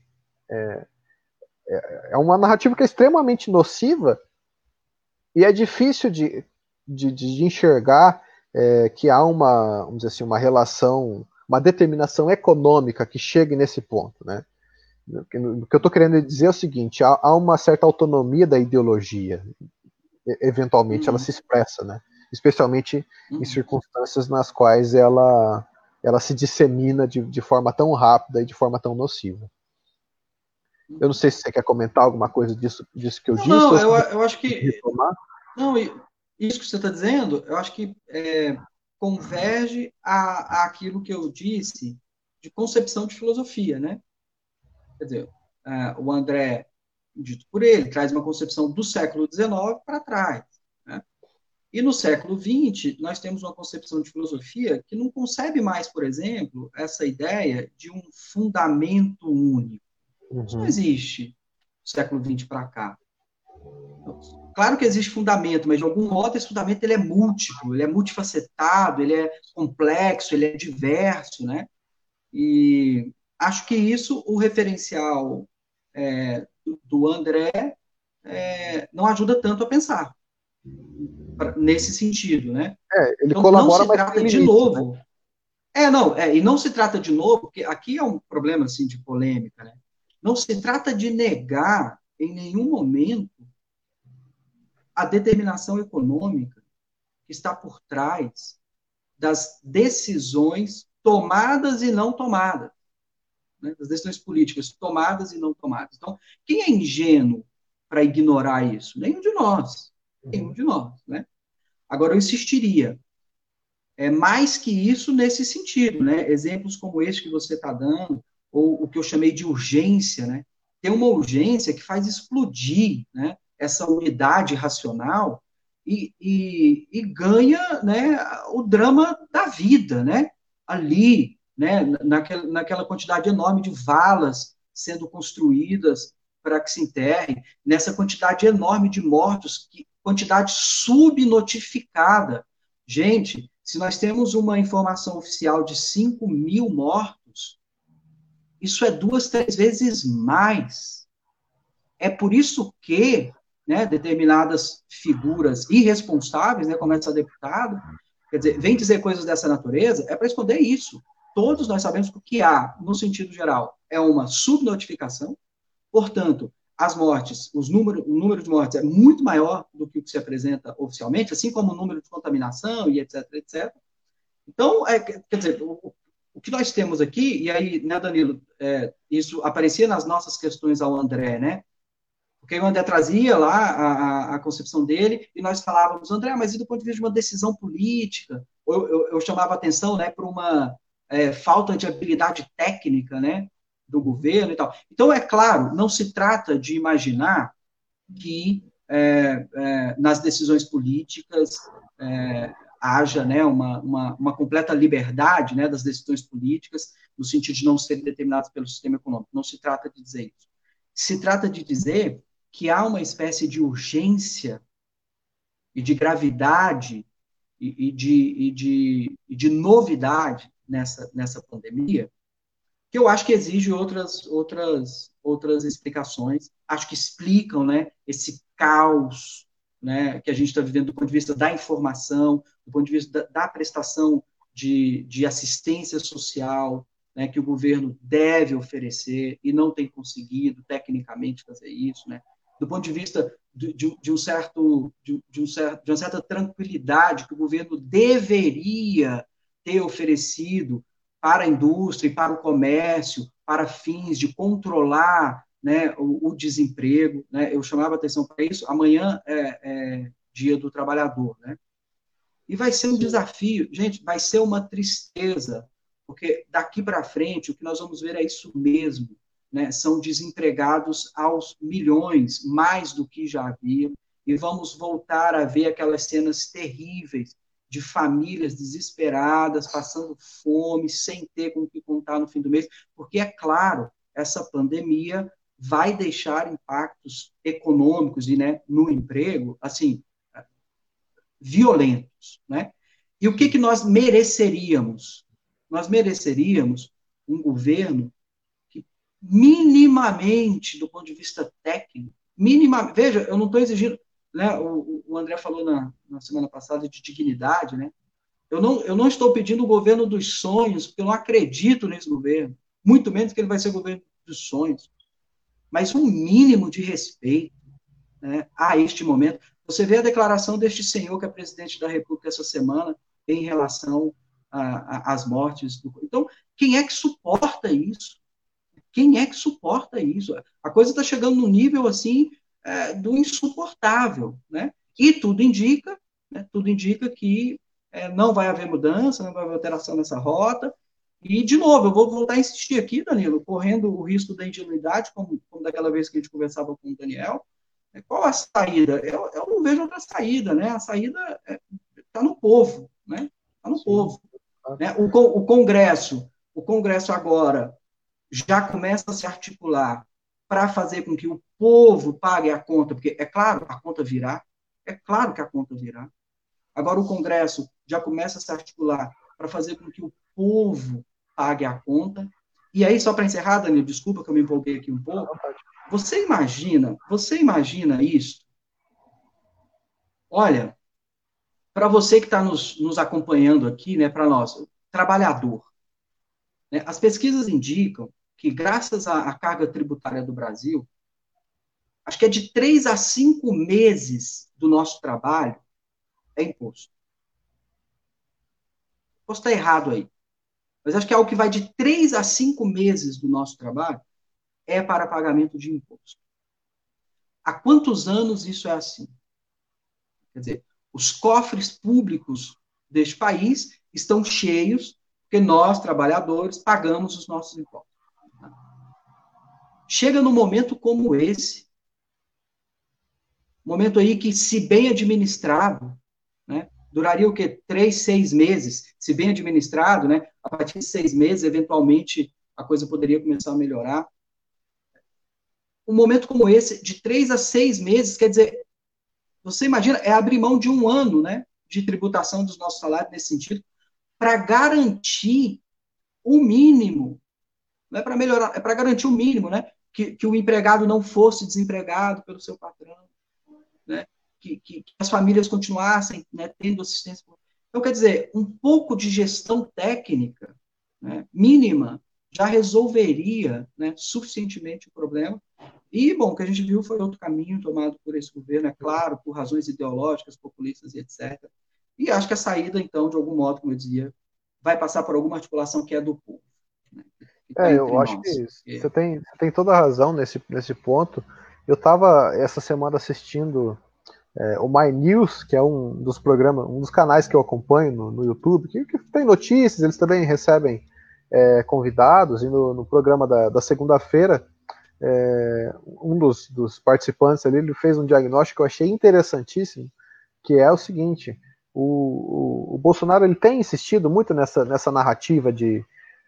é uma narrativa que é extremamente nociva, e é difícil de enxergar que há vamos dizer assim, uma relação, uma determinação econômica que chegue nesse ponto, né? O que eu estou querendo dizer é o seguinte: há uma certa autonomia da ideologia, eventualmente ela se expressa, né? Especialmente em circunstâncias nas quais ela se dissemina de forma tão rápida e de forma tão nociva. Eu não sei se você quer comentar alguma coisa disso que eu disse. Não, eu acho que... Não, isso que você está dizendo, eu acho que converge àquilo que eu disse de concepção de filosofia, né? Quer dizer, o André, dito por ele, traz uma concepção do século XIX para trás, né? E no século XX, nós temos uma concepção de filosofia que não concebe mais, por exemplo, essa ideia de um fundamento único. Isso não existe do século XX para cá. Claro que existe fundamento, mas de algum modo esse fundamento ele é múltiplo, ele é multifacetado, ele é complexo, ele é diverso, né? E acho que isso, o referencial do André não ajuda tanto a pensar nesse sentido, né? Ele então, colabora, não se trata de novo. Né? E não se trata de novo, porque aqui é um problema assim de polêmica, né? Não se trata de negar em nenhum momento a determinação econômica que está por trás das decisões tomadas e não tomadas, né? Das decisões políticas tomadas e não tomadas. Então, quem é ingênuo para ignorar isso? Nenhum de nós. Nenhum de nós, né? Agora, eu insistiria, mais que isso nesse sentido, né? Exemplos como este que você está dando, ou o que eu chamei de urgência, né? Tem uma urgência que faz explodir, né, essa unidade racional e ganha, né, o drama da vida, né? Ali, né, naquela quantidade enorme de valas sendo construídas para que se enterrem, nessa quantidade enorme de mortos, quantidade subnotificada. Gente, se nós temos uma informação oficial de 5 mil mortos, isso é 2, 3 vezes mais. É por isso que, né, determinadas figuras irresponsáveis, né, como essa deputada, quer dizer, vem dizer coisas dessa natureza, é para esconder isso. Todos nós sabemos que o que há, no sentido geral, é uma subnotificação, portanto, as mortes, o número de mortes é muito maior do que o que se apresenta oficialmente, assim como o número de contaminação e etc, etc. Então, quer dizer, o que nós temos aqui, e aí, né, Danilo, isso aparecia nas nossas questões ao André, né? Porque o André trazia lá a concepção dele, e nós falávamos, André, mas e do ponto de vista de uma decisão política? Eu chamava atenção, né, para uma falta de habilidade técnica, né, do governo e tal. Então, é claro, não se trata de imaginar que nas decisões políticas haja, né, uma completa liberdade, né, das decisões políticas, no sentido de não serem determinadas pelo sistema econômico. Não se trata de dizer isso. Se trata de dizer que há uma espécie de urgência e de gravidade e de novidade nessa pandemia, que eu acho que exige outras explicações, acho que explicam, né, esse caos, né, que a gente está vivendo do ponto de vista da informação, do ponto de vista da prestação de assistência social, né, que o governo deve oferecer e não tem conseguido tecnicamente fazer isso, né, do ponto de vista de uma certa tranquilidade que o governo deveria ter oferecido para a indústria e para o comércio, para fins de controlar né, o desemprego, né, eu chamava atenção para isso. Amanhã é Dia do Trabalhador, né? E vai ser um desafio, gente, vai ser uma tristeza, porque daqui para frente o que nós vamos ver é isso mesmo, né? São desempregados aos milhões, mais do que já havia, e vamos voltar a ver aquelas cenas terríveis de famílias desesperadas, passando fome, sem ter com o que contar no fim do mês, porque é claro, essa pandemia vai deixar impactos econômicos e, né, no emprego, assim, violentos, né? E o que nós mereceríamos? Nós mereceríamos um governo que minimamente, do ponto de vista técnico, minimamente, veja, eu não estou exigindo, né? O André falou na semana passada de dignidade, né? Eu não estou pedindo o governo dos sonhos, porque eu não acredito nesse governo, muito menos que ele vai ser o governo dos sonhos, mas um mínimo de respeito, né, a este momento. Você vê a declaração deste senhor, que é presidente da República essa semana, em relação às mortes. Então, quem é que suporta isso? Quem é que suporta isso? A coisa está chegando num nível, assim, do insuportável, né? E tudo indica que não vai haver mudança, não vai haver alteração nessa rota. E, de novo, eu vou voltar a insistir aqui, Danilo, correndo o risco da ingenuidade, como daquela vez que a gente conversava com o Daniel. Qual a saída? Eu não vejo outra saída, né? A saída está no povo, né? Está no povo. Né? O Congresso agora já começa a se articular para fazer com que o povo pague a conta, porque é claro, a conta virá, é claro que a conta virá. Agora o Congresso já começa a se articular para fazer com que o povo pague a conta. E aí, só para encerrar, Danilo, desculpa que eu me empolguei aqui um pouco, você imagina isso? Olha, para você que está nos acompanhando aqui, né, para nós, trabalhador, né, as pesquisas indicam que, graças à carga tributária do Brasil, acho que é de 3 a 5 meses do nosso trabalho é imposto. Posso estar errado aí, mas acho que é algo que vai de 3 a 5 meses do nosso trabalho é para pagamento de imposto. Há quantos anos isso é assim? Quer dizer, os cofres públicos deste país estão cheios porque nós, trabalhadores, pagamos os nossos impostos. Chega num momento como esse, momento aí que, se bem administrado, né, duraria o quê? 3, 6 meses, se bem administrado, né, a partir de 6 meses, eventualmente, a coisa poderia começar a melhorar. Um momento como esse, de 3 a 6 meses, quer dizer, você imagina, é abrir mão de um ano, né, de tributação dos nossos salários nesse sentido, para garantir o mínimo, não é para melhorar, é para garantir o mínimo, né, que o empregado não fosse desempregado pelo seu patrão, né, que as famílias continuassem, né, tendo assistência. Então, quer dizer, um pouco de gestão técnica, né, mínima, já resolveria, né, suficientemente o problema. E, bom, o que a gente viu foi outro caminho tomado por esse governo, é claro, por razões ideológicas, populistas e etc. E acho que a saída, então, de algum modo, como eu dizia, vai passar por alguma articulação que é do povo, né, que tá Eu acho nós. que você tem toda a razão nesse ponto. Eu estava essa semana assistindo o My News, que é um dos programas, um dos canais que eu acompanho no YouTube, que tem notícias, eles também recebem convidados, e no programa da segunda-feira, um dos participantes ali, ele fez um diagnóstico que eu achei interessantíssimo, que é o seguinte: o Bolsonaro ele tem insistido muito nessa narrativa de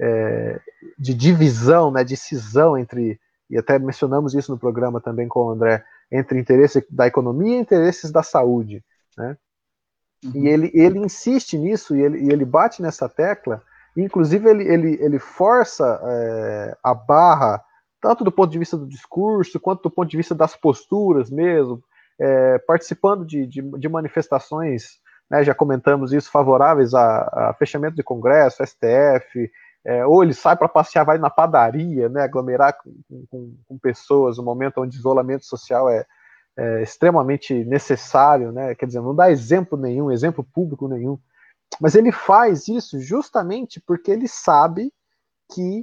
divisão, né, de cisão entre, e até mencionamos isso no programa também com o André, entre interesse da economia e interesses da saúde, né? E ele insiste nisso, e ele bate nessa tecla, inclusive ele força a barra, tanto do ponto de vista do discurso, quanto do ponto de vista das posturas mesmo, participando de manifestações, né, já comentamos isso, favoráveis a fechamento de Congresso, STF, ou ele sai para passear, vai na padaria, né, aglomerar com pessoas, um momento onde isolamento social é extremamente necessário, né? Quer dizer, não dá exemplo nenhum, exemplo público nenhum, mas ele faz isso justamente porque ele sabe que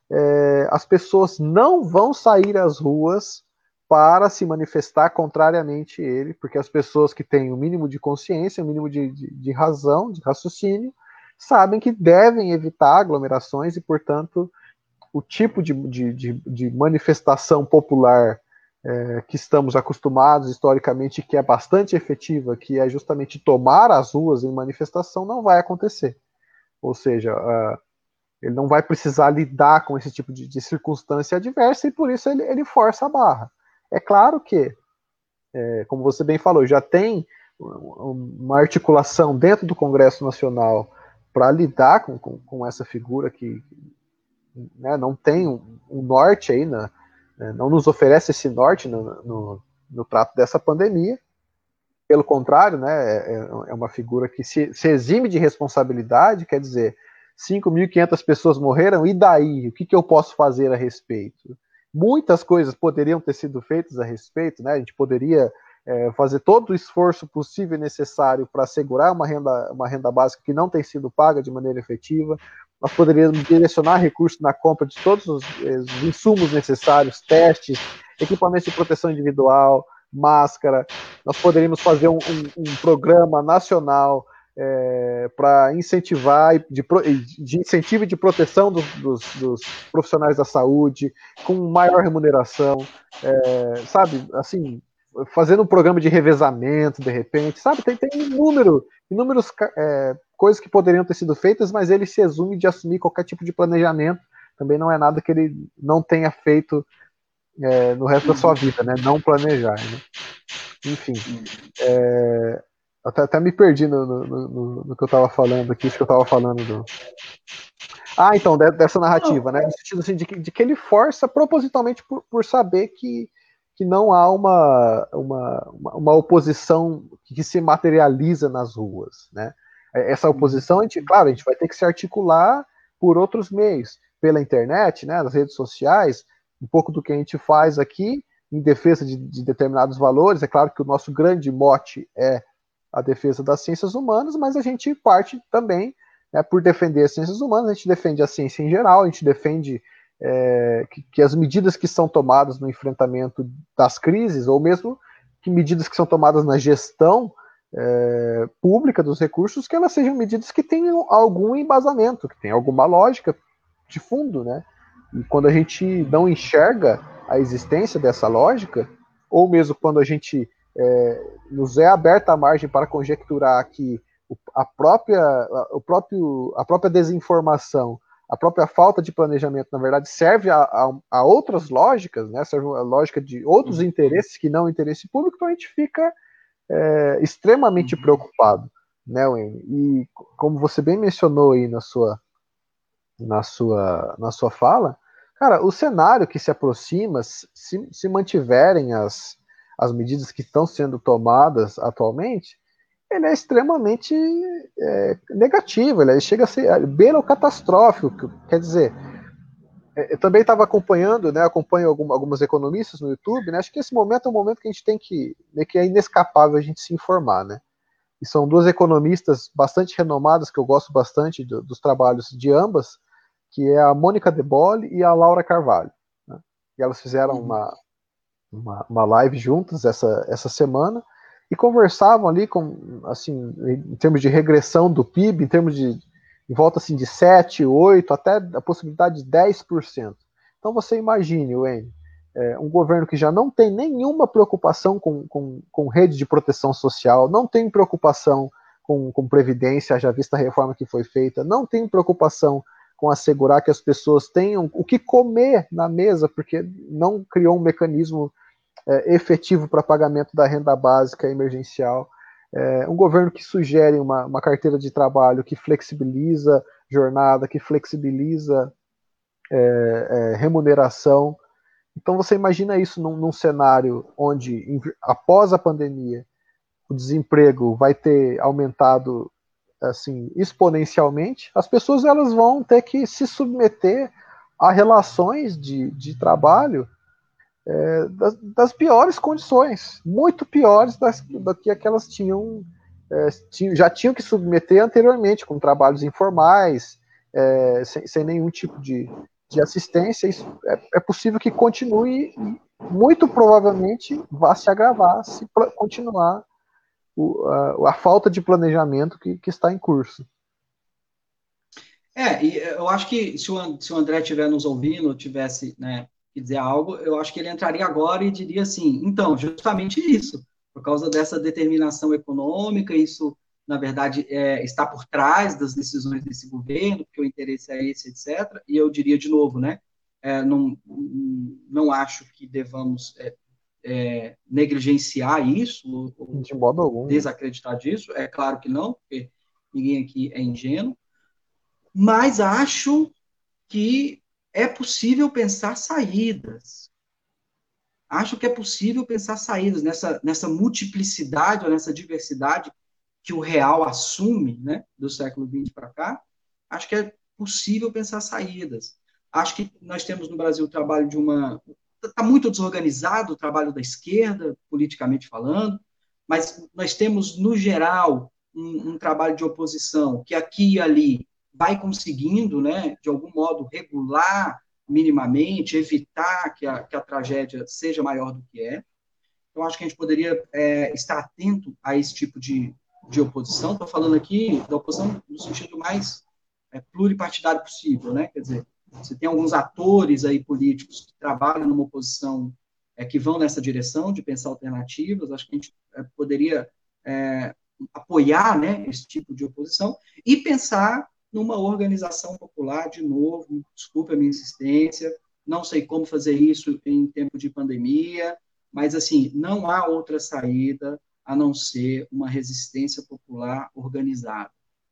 as pessoas não vão sair às ruas para se manifestar contrariamente a ele, porque as pessoas que têm o mínimo de consciência, o mínimo de razão, de raciocínio, sabem que devem evitar aglomerações e, portanto, o tipo de manifestação popular que estamos acostumados historicamente, que é bastante efetiva, que é justamente tomar as ruas em manifestação, não vai acontecer. Ou seja, ele não vai precisar lidar com esse tipo de circunstância adversa e por isso ele força a barra. É claro que, como você bem falou, já tem uma articulação dentro do Congresso Nacional para lidar com essa figura que, né, não tem um norte aí, não nos oferece esse norte no trato dessa pandemia. Pelo contrário, né, é uma figura que se exime de responsabilidade, quer dizer, 5.500 pessoas morreram, e daí? O que eu posso fazer a respeito? Muitas coisas poderiam ter sido feitas a respeito, né? A gente poderia fazer todo o esforço possível e necessário para assegurar uma renda básica que não tem sido paga de maneira efetiva. Nós poderíamos direcionar recursos na compra de todos os insumos necessários, testes, equipamentos de proteção individual, máscara. Nós poderíamos fazer um programa nacional para incentivar, de incentivo e de proteção dos profissionais da saúde, com maior remuneração, sabe, assim, fazendo um programa de revezamento, de repente, sabe, tem inúmeros coisas que poderiam ter sido feitas, mas ele se exume de assumir qualquer tipo de planejamento, também não é nada que ele não tenha feito no resto da sua vida, né, não planejar, né? Enfim, até me perdi no que eu estava falando aqui, isso que eu estava falando então, dessa narrativa, né? No sentido assim, de que ele força propositalmente por saber que não há uma oposição que se materializa nas ruas, né? Essa oposição, claro, a gente vai ter que se articular por outros meios, pela internet, né, nas redes sociais, um pouco do que a gente faz aqui, em defesa de determinados valores. É claro que o nosso grande mote é a defesa das ciências humanas, mas a gente parte também, né, por defender as ciências humanas, a gente defende a ciência em geral, a gente defende que as medidas que são tomadas no enfrentamento das crises, ou mesmo que medidas que são tomadas na gestão pública dos recursos, que elas sejam medidas que tenham algum embasamento, que tenham alguma lógica de fundo, né? E quando a gente não enxerga a existência dessa lógica, ou mesmo quando a gente nos é aberta a margem para conjecturar que a própria desinformação, a própria falta de planejamento, na verdade, serve a outras lógicas, né? Serve a lógica de outros interesses que não o interesse público, então a gente fica extremamente preocupado, né, Wayne? E como você bem mencionou aí na sua fala, cara, o cenário que se aproxima, se mantiverem as medidas que estão sendo tomadas atualmente, ele é extremamente negativo, ele chega a ser beira o catastrófico, quer dizer, eu também estava acompanhando, né, acompanho algumas economistas no YouTube, né, acho que esse momento é um momento que a gente tem que é inescapável a gente se informar, né, e são duas economistas bastante renomadas, que eu gosto bastante dos trabalhos de ambas, que é a Mônica De Bolle e a Laura Carvalho, né, e elas fizeram uma live juntas essa semana, e conversavam ali assim, em termos de regressão do PIB, em termos de volta assim, de 7, 8, até a possibilidade de 10%. Então você imagine, Wayne, um governo que já não tem nenhuma preocupação com rede de proteção social, não tem preocupação com previdência, já vista a reforma que foi feita, não tem preocupação com assegurar que as pessoas tenham o que comer na mesa, porque não criou um mecanismo efetivo para pagamento da renda básica emergencial. Um governo que sugere uma carteira de trabalho que flexibiliza jornada, que flexibiliza remuneração. Então você imagina isso num cenário onde, após a pandemia, o desemprego vai ter aumentado assim exponencialmente, as pessoas elas vão ter que se submeter a relações de trabalho das piores condições, muito piores do que aquelas já tinham que submeter anteriormente, com trabalhos informais, sem nenhum tipo de de assistência, isso é possível que continue e muito provavelmente vá se agravar se continuar a falta de planejamento que está em curso. E eu acho que se o André estiver nos ouvindo, ou tivesse, né, que dizer algo, eu acho que ele entraria agora e diria assim, então, justamente isso, por causa dessa determinação econômica, isso, na verdade, está por trás das decisões desse governo, porque o interesse é esse, etc. E eu diria de novo, né, não acho que devamos negligenciar isso, ou De modo algum. desacreditar disso, é claro que não, porque ninguém aqui é ingênuo, mas acho que é possível pensar saídas. Acho que é possível pensar saídas nessa multiplicidade ou nessa diversidade que o real assume, né, do século XX para cá. Acho que é possível pensar saídas. Acho que nós temos no Brasil o trabalho de uma... Está muito desorganizado o trabalho da esquerda, politicamente falando, mas nós temos, no geral, um trabalho de oposição que aqui e ali vai conseguindo, né, de algum modo, regular minimamente, evitar que a tragédia seja maior do que é. Então, acho que a gente poderia estar atento a esse tipo de oposição. Estou falando aqui da oposição no sentido mais pluripartidário possível, né? Quer dizer, você tem alguns atores aí políticos que trabalham numa oposição que vão nessa direção de pensar alternativas. Acho que a gente poderia apoiar, né, esse tipo de oposição e pensar numa organização popular, de novo, desculpe a minha insistência, não sei como fazer isso em tempo de pandemia, mas, assim, não há outra saída a não ser uma resistência popular organizada.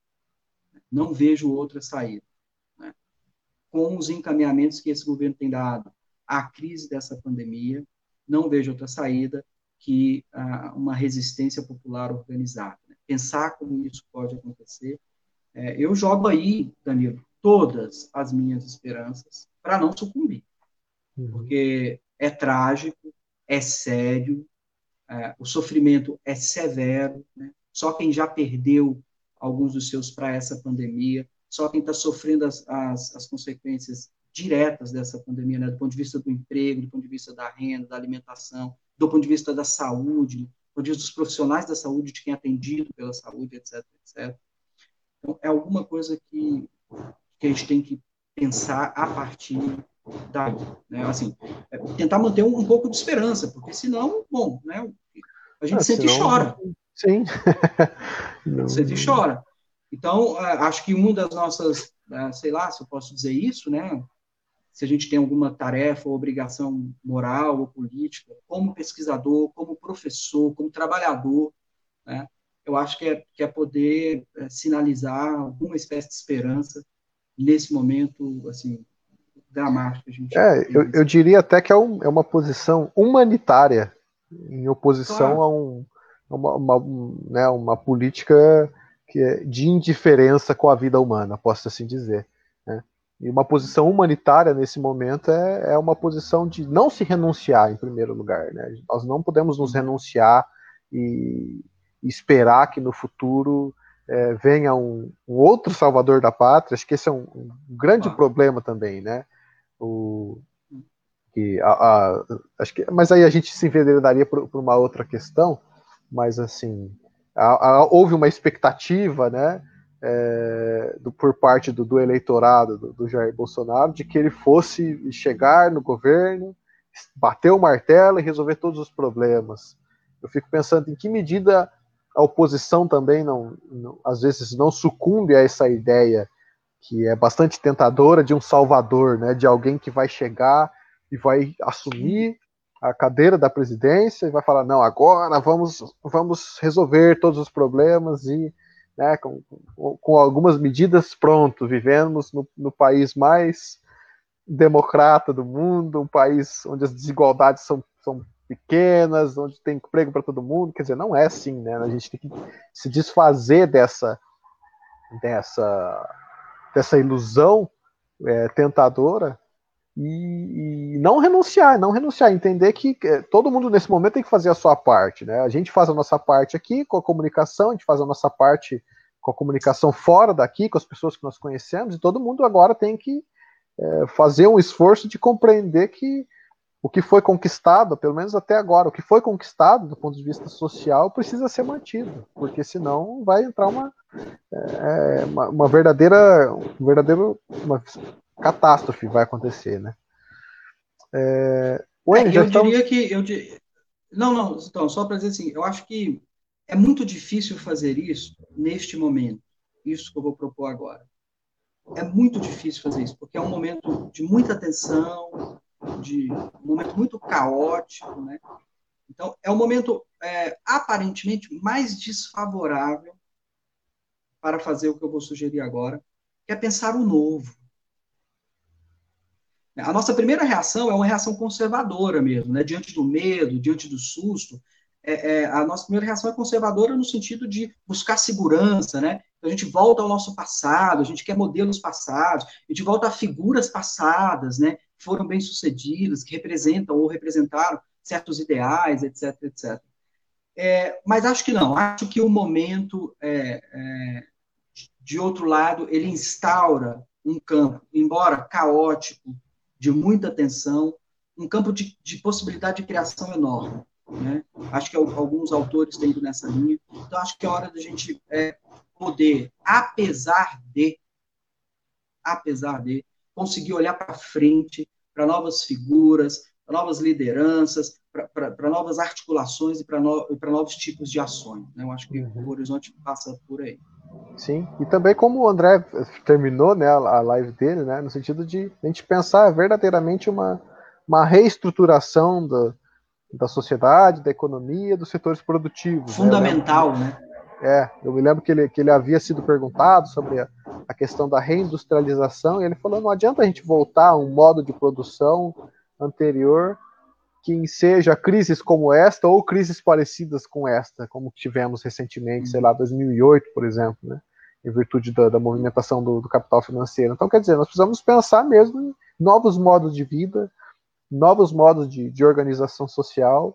Não vejo outra saída. Né? Com os encaminhamentos que esse governo tem dado à crise dessa pandemia, não vejo outra saída que uma resistência popular organizada. Né? Pensar como isso pode acontecer. Eu jogo aí, Danilo, todas as minhas esperanças para não sucumbir, porque é trágico, é sério, o sofrimento é severo, né? Só quem já perdeu alguns dos seus para essa pandemia, só quem está sofrendo as consequências diretas dessa pandemia, né? Do ponto de vista do emprego, do ponto de vista da renda, da alimentação, do ponto de vista da saúde, do ponto de vista dos profissionais da saúde, de quem é atendido pela saúde, etc, etc. Então, é alguma coisa que a gente tem que pensar a partir daí, né? Assim, tentar manter um pouco de esperança, porque senão, bom, né? A gente sente e chora. Sim. Sente e chora. Então, acho que uma das nossas, sei lá, se eu posso dizer isso, né? Se a gente tem alguma tarefa ou obrigação moral ou política, como pesquisador, como professor, como trabalhador, né? Eu acho que é poder sinalizar alguma espécie de esperança nesse momento, assim, dramático. A gente eu diria até que é uma posição humanitária em oposição a uma política que é de indiferença com a vida humana, posso assim dizer. Né? E uma posição humanitária nesse momento é uma posição de não se renunciar, em primeiro lugar. Né? Nós não podemos nos renunciar e esperar que no futuro venha um outro salvador da pátria. Acho que esse é um grande problema também, né? Acho que, mas aí a gente se enveredaria por uma outra questão, mas assim, houve uma expectativa, né, por parte do eleitorado do Jair Bolsonaro de que ele fosse chegar no governo, bater o martelo e resolver todos os problemas. Eu fico pensando em que medida a oposição também às vezes não sucumbe a essa ideia que é bastante tentadora de um salvador, né, de alguém que vai chegar e vai assumir a cadeira da presidência e vai falar, não, agora vamos resolver todos os problemas e, né, com algumas medidas, pronto, vivemos no país mais democrata do mundo, um país onde as desigualdades são pequenas, onde tem emprego para todo mundo. Quer dizer, não é assim, né? A gente tem que se desfazer dessa ilusão tentadora e não renunciar, entender que todo mundo nesse momento tem que fazer a sua parte, né? A gente faz a nossa parte aqui com a comunicação, a gente faz a nossa parte com a comunicação fora daqui, com as pessoas que nós conhecemos, e todo mundo agora tem que fazer um esforço de compreender que o que foi conquistado, pelo menos até agora, o que foi conquistado do ponto de vista social precisa ser mantido, porque senão vai entrar uma verdadeira uma catástrofe vai acontecer, né? Já Eu estamos... diria que não, então, só para dizer assim, eu acho que é muito difícil fazer isso neste momento, isso que eu vou propor agora. É muito difícil fazer isso, porque é um momento de muita tensão, de um momento muito caótico, né? Então, é um momento aparentemente mais desfavorável para fazer o que eu vou sugerir agora, que é pensar o novo. A nossa primeira reação é uma reação conservadora mesmo, né? Diante do medo, diante do susto. A nossa primeira reação é conservadora no sentido de buscar segurança, né? Então, a gente volta ao nosso passado, a gente quer modelos passados, a gente volta a figuras passadas, né? Que foram bem-sucedidas, que representam ou representaram certos ideais, etc, etc. Mas acho que não. Acho que o momento, de outro lado, ele instaura um campo, embora caótico, de muita tensão, um campo de possibilidade de criação enorme. Né? Acho que alguns autores têm ido nessa linha. Então, acho que é hora da gente poder, apesar de, conseguir olhar para frente, para novas figuras, para novas lideranças, para novas articulações e para novos tipos de ações. Né? Eu acho que o horizonte passa por aí. Sim, e também como o André terminou, né, a live dele, né, no sentido de a gente pensar verdadeiramente uma reestruturação da sociedade, da economia, dos setores produtivos. Fundamental, né? Eu me lembro que ele havia sido perguntado sobre a questão da reindustrialização, e ele falou, não adianta a gente voltar a um modo de produção anterior que seja crises como esta ou crises parecidas com esta, como tivemos recentemente, sei lá, 2008, por exemplo, né? Em virtude da movimentação do capital financeiro. Então, quer dizer, nós precisamos pensar mesmo em novos modos de vida, novos modos de organização social,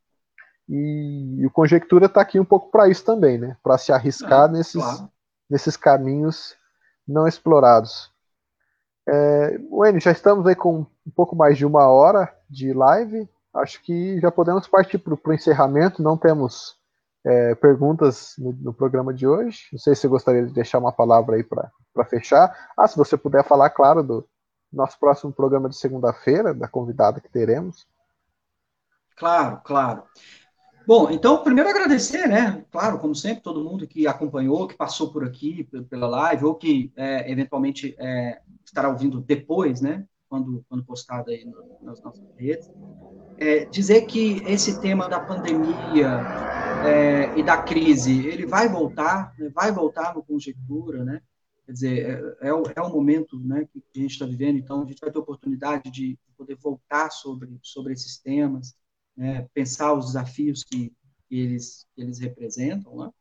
e o Conjectura está aqui um pouco para isso também, né? Para se arriscar nesses caminhos não explorados. Wayne, já estamos aí com um pouco mais de 1 hora de live. Acho que já podemos partir para o encerramento. Não temos perguntas no programa de hoje. Não sei se você gostaria de deixar uma palavra aí para fechar. Se você puder falar, claro, do nosso próximo programa de segunda-feira, da convidada que teremos. Claro, claro. Bom, então, primeiro agradecer, né? Claro, como sempre, todo mundo que acompanhou, que passou por aqui pela live, ou que eventualmente estará ouvindo depois, né? Quando postado aí nas nossas redes. Dizer que esse tema da pandemia e da crise, ele vai voltar, né? Vai voltar no Conjectura, né? Quer dizer, é o momento, né, que a gente está vivendo, então a gente vai ter oportunidade de poder voltar sobre esses temas, né, pensar os desafios que eles representam, né?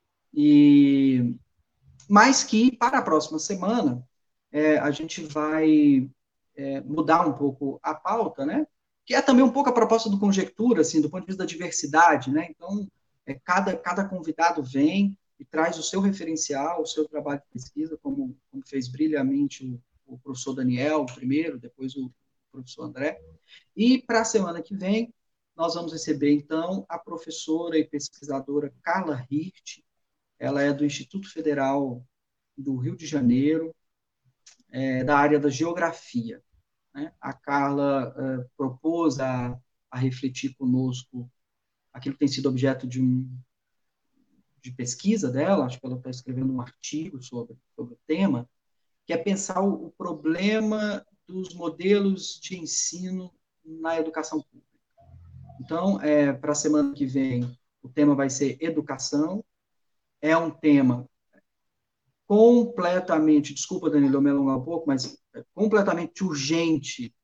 Mas que, para a próxima semana, a gente vai mudar um pouco a pauta, né? Que é também um pouco a proposta do Conjectura, assim, do ponto de vista da diversidade, né? Então, cada convidado vem e traz o seu referencial, o seu trabalho de pesquisa, como fez brilhantemente o professor Daniel primeiro, depois o professor André. E para a semana que vem, nós vamos receber, então, a professora e pesquisadora Carla Hirt. Ela é do Instituto Federal do Rio de Janeiro, da área da geografia. Né? A Carla propôs a refletir conosco aquilo que tem sido objeto de pesquisa dela, acho que ela está escrevendo um artigo sobre o tema, que é pensar o problema dos modelos de ensino na educação pública. Então, para a semana que vem, o tema vai ser educação. É um tema completamente, desculpa, Danilo, eu me alongar um pouco, mas completamente urgente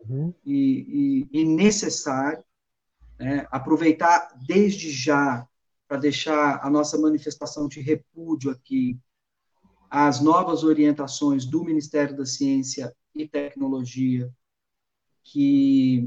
e necessário, né? Aproveitar desde já para deixar a nossa manifestação de repúdio aqui às novas orientações do Ministério da Ciência e Tecnologia, que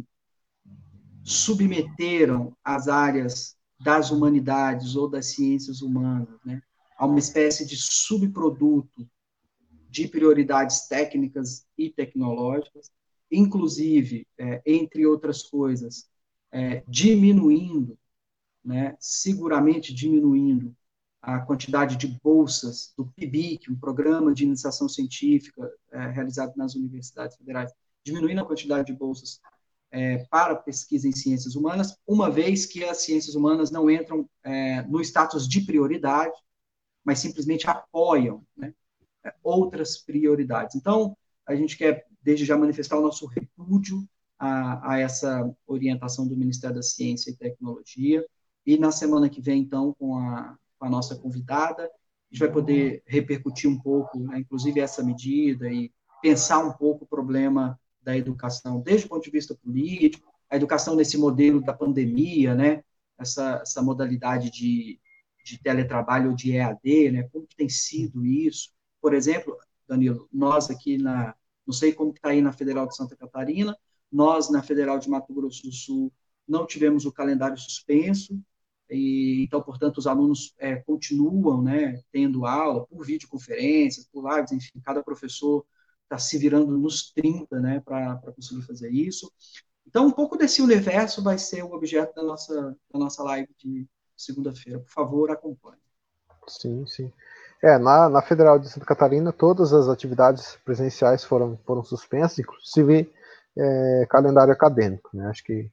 submeteram as áreas das humanidades ou das ciências humanas, né, a uma espécie de subproduto de prioridades técnicas e tecnológicas, inclusive, entre outras coisas, diminuindo, né, seguramente diminuindo a quantidade de bolsas do PIBIC, um programa de iniciação científica realizado nas universidades federais, diminuindo a quantidade de bolsas para pesquisa em ciências humanas, uma vez que as ciências humanas não entram no status de prioridade, mas simplesmente apoiam, né, outras prioridades. Então, a gente quer, desde já, manifestar o nosso repúdio a essa orientação do Ministério da Ciência e Tecnologia, e na semana que vem, então, com a nossa convidada, a gente vai poder repercutir um pouco, né, inclusive essa medida, e pensar um pouco o problema da educação, desde o ponto de vista político, a educação nesse modelo da pandemia, né, essa modalidade de teletrabalho ou de EAD, né, como que tem sido isso? Por exemplo, Danilo, nós aqui não sei como que está aí na Federal de Santa Catarina, nós na Federal de Mato Grosso do Sul não tivemos o calendário suspenso, então, portanto, os alunos continuam, né, tendo aula por videoconferências, por lives, enfim, cada professor está se virando nos 30, né, para conseguir fazer isso. Então, um pouco desse universo vai ser o objeto da nossa live de segunda-feira. Por favor, acompanhe. Sim, sim. Na Federal de Santa Catarina, todas as atividades presenciais foram suspensas, inclusive calendário acadêmico, né? Acho que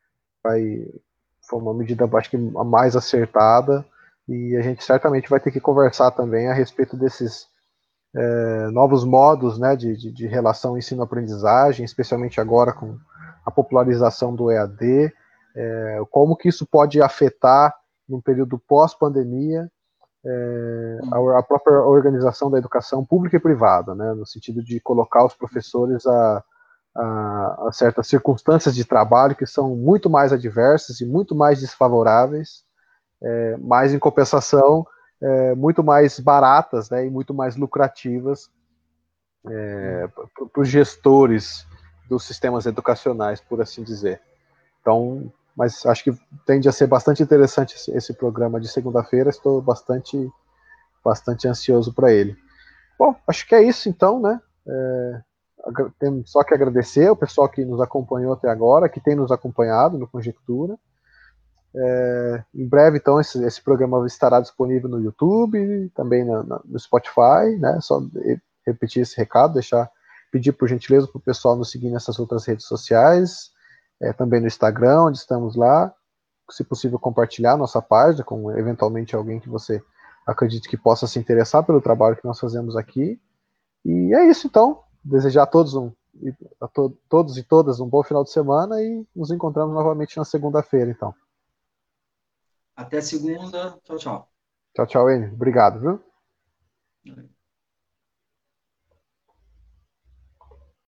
foi uma medida, acho que a mais acertada, e a gente certamente vai ter que conversar também a respeito desses novos modos, né, de relação ensino-aprendizagem, especialmente agora com a popularização do EAD, como que isso pode afetar, no período pós-pandemia, a própria organização da educação pública e privada, né, no sentido de colocar os professores a certas circunstâncias de trabalho que são muito mais adversas e muito mais desfavoráveis, mas em compensação muito mais baratas, né, e muito mais lucrativas para os gestores dos sistemas educacionais, por assim dizer. Então, mas acho que tende a ser bastante interessante esse programa de segunda-feira. Estou bastante ansioso para ele. Bom, acho que é isso então, né? Temos só que agradecer ao pessoal que nos acompanhou até agora, que tem nos acompanhado no Conjectura. Em breve, então, esse programa estará disponível no YouTube, também no Spotify, né? Só repetir esse recado, pedir por gentileza para o pessoal nos seguir nessas outras redes sociais, também no Instagram, onde estamos lá. Se possível, compartilhar nossa página com eventualmente alguém que você acredite que possa se interessar pelo trabalho que nós fazemos aqui. E é isso, então. Desejar a todos todos e todas um bom final de semana e nos encontramos novamente na segunda-feira, então. Até segunda. Tchau, tchau. Tchau, tchau, Enio. Obrigado, viu?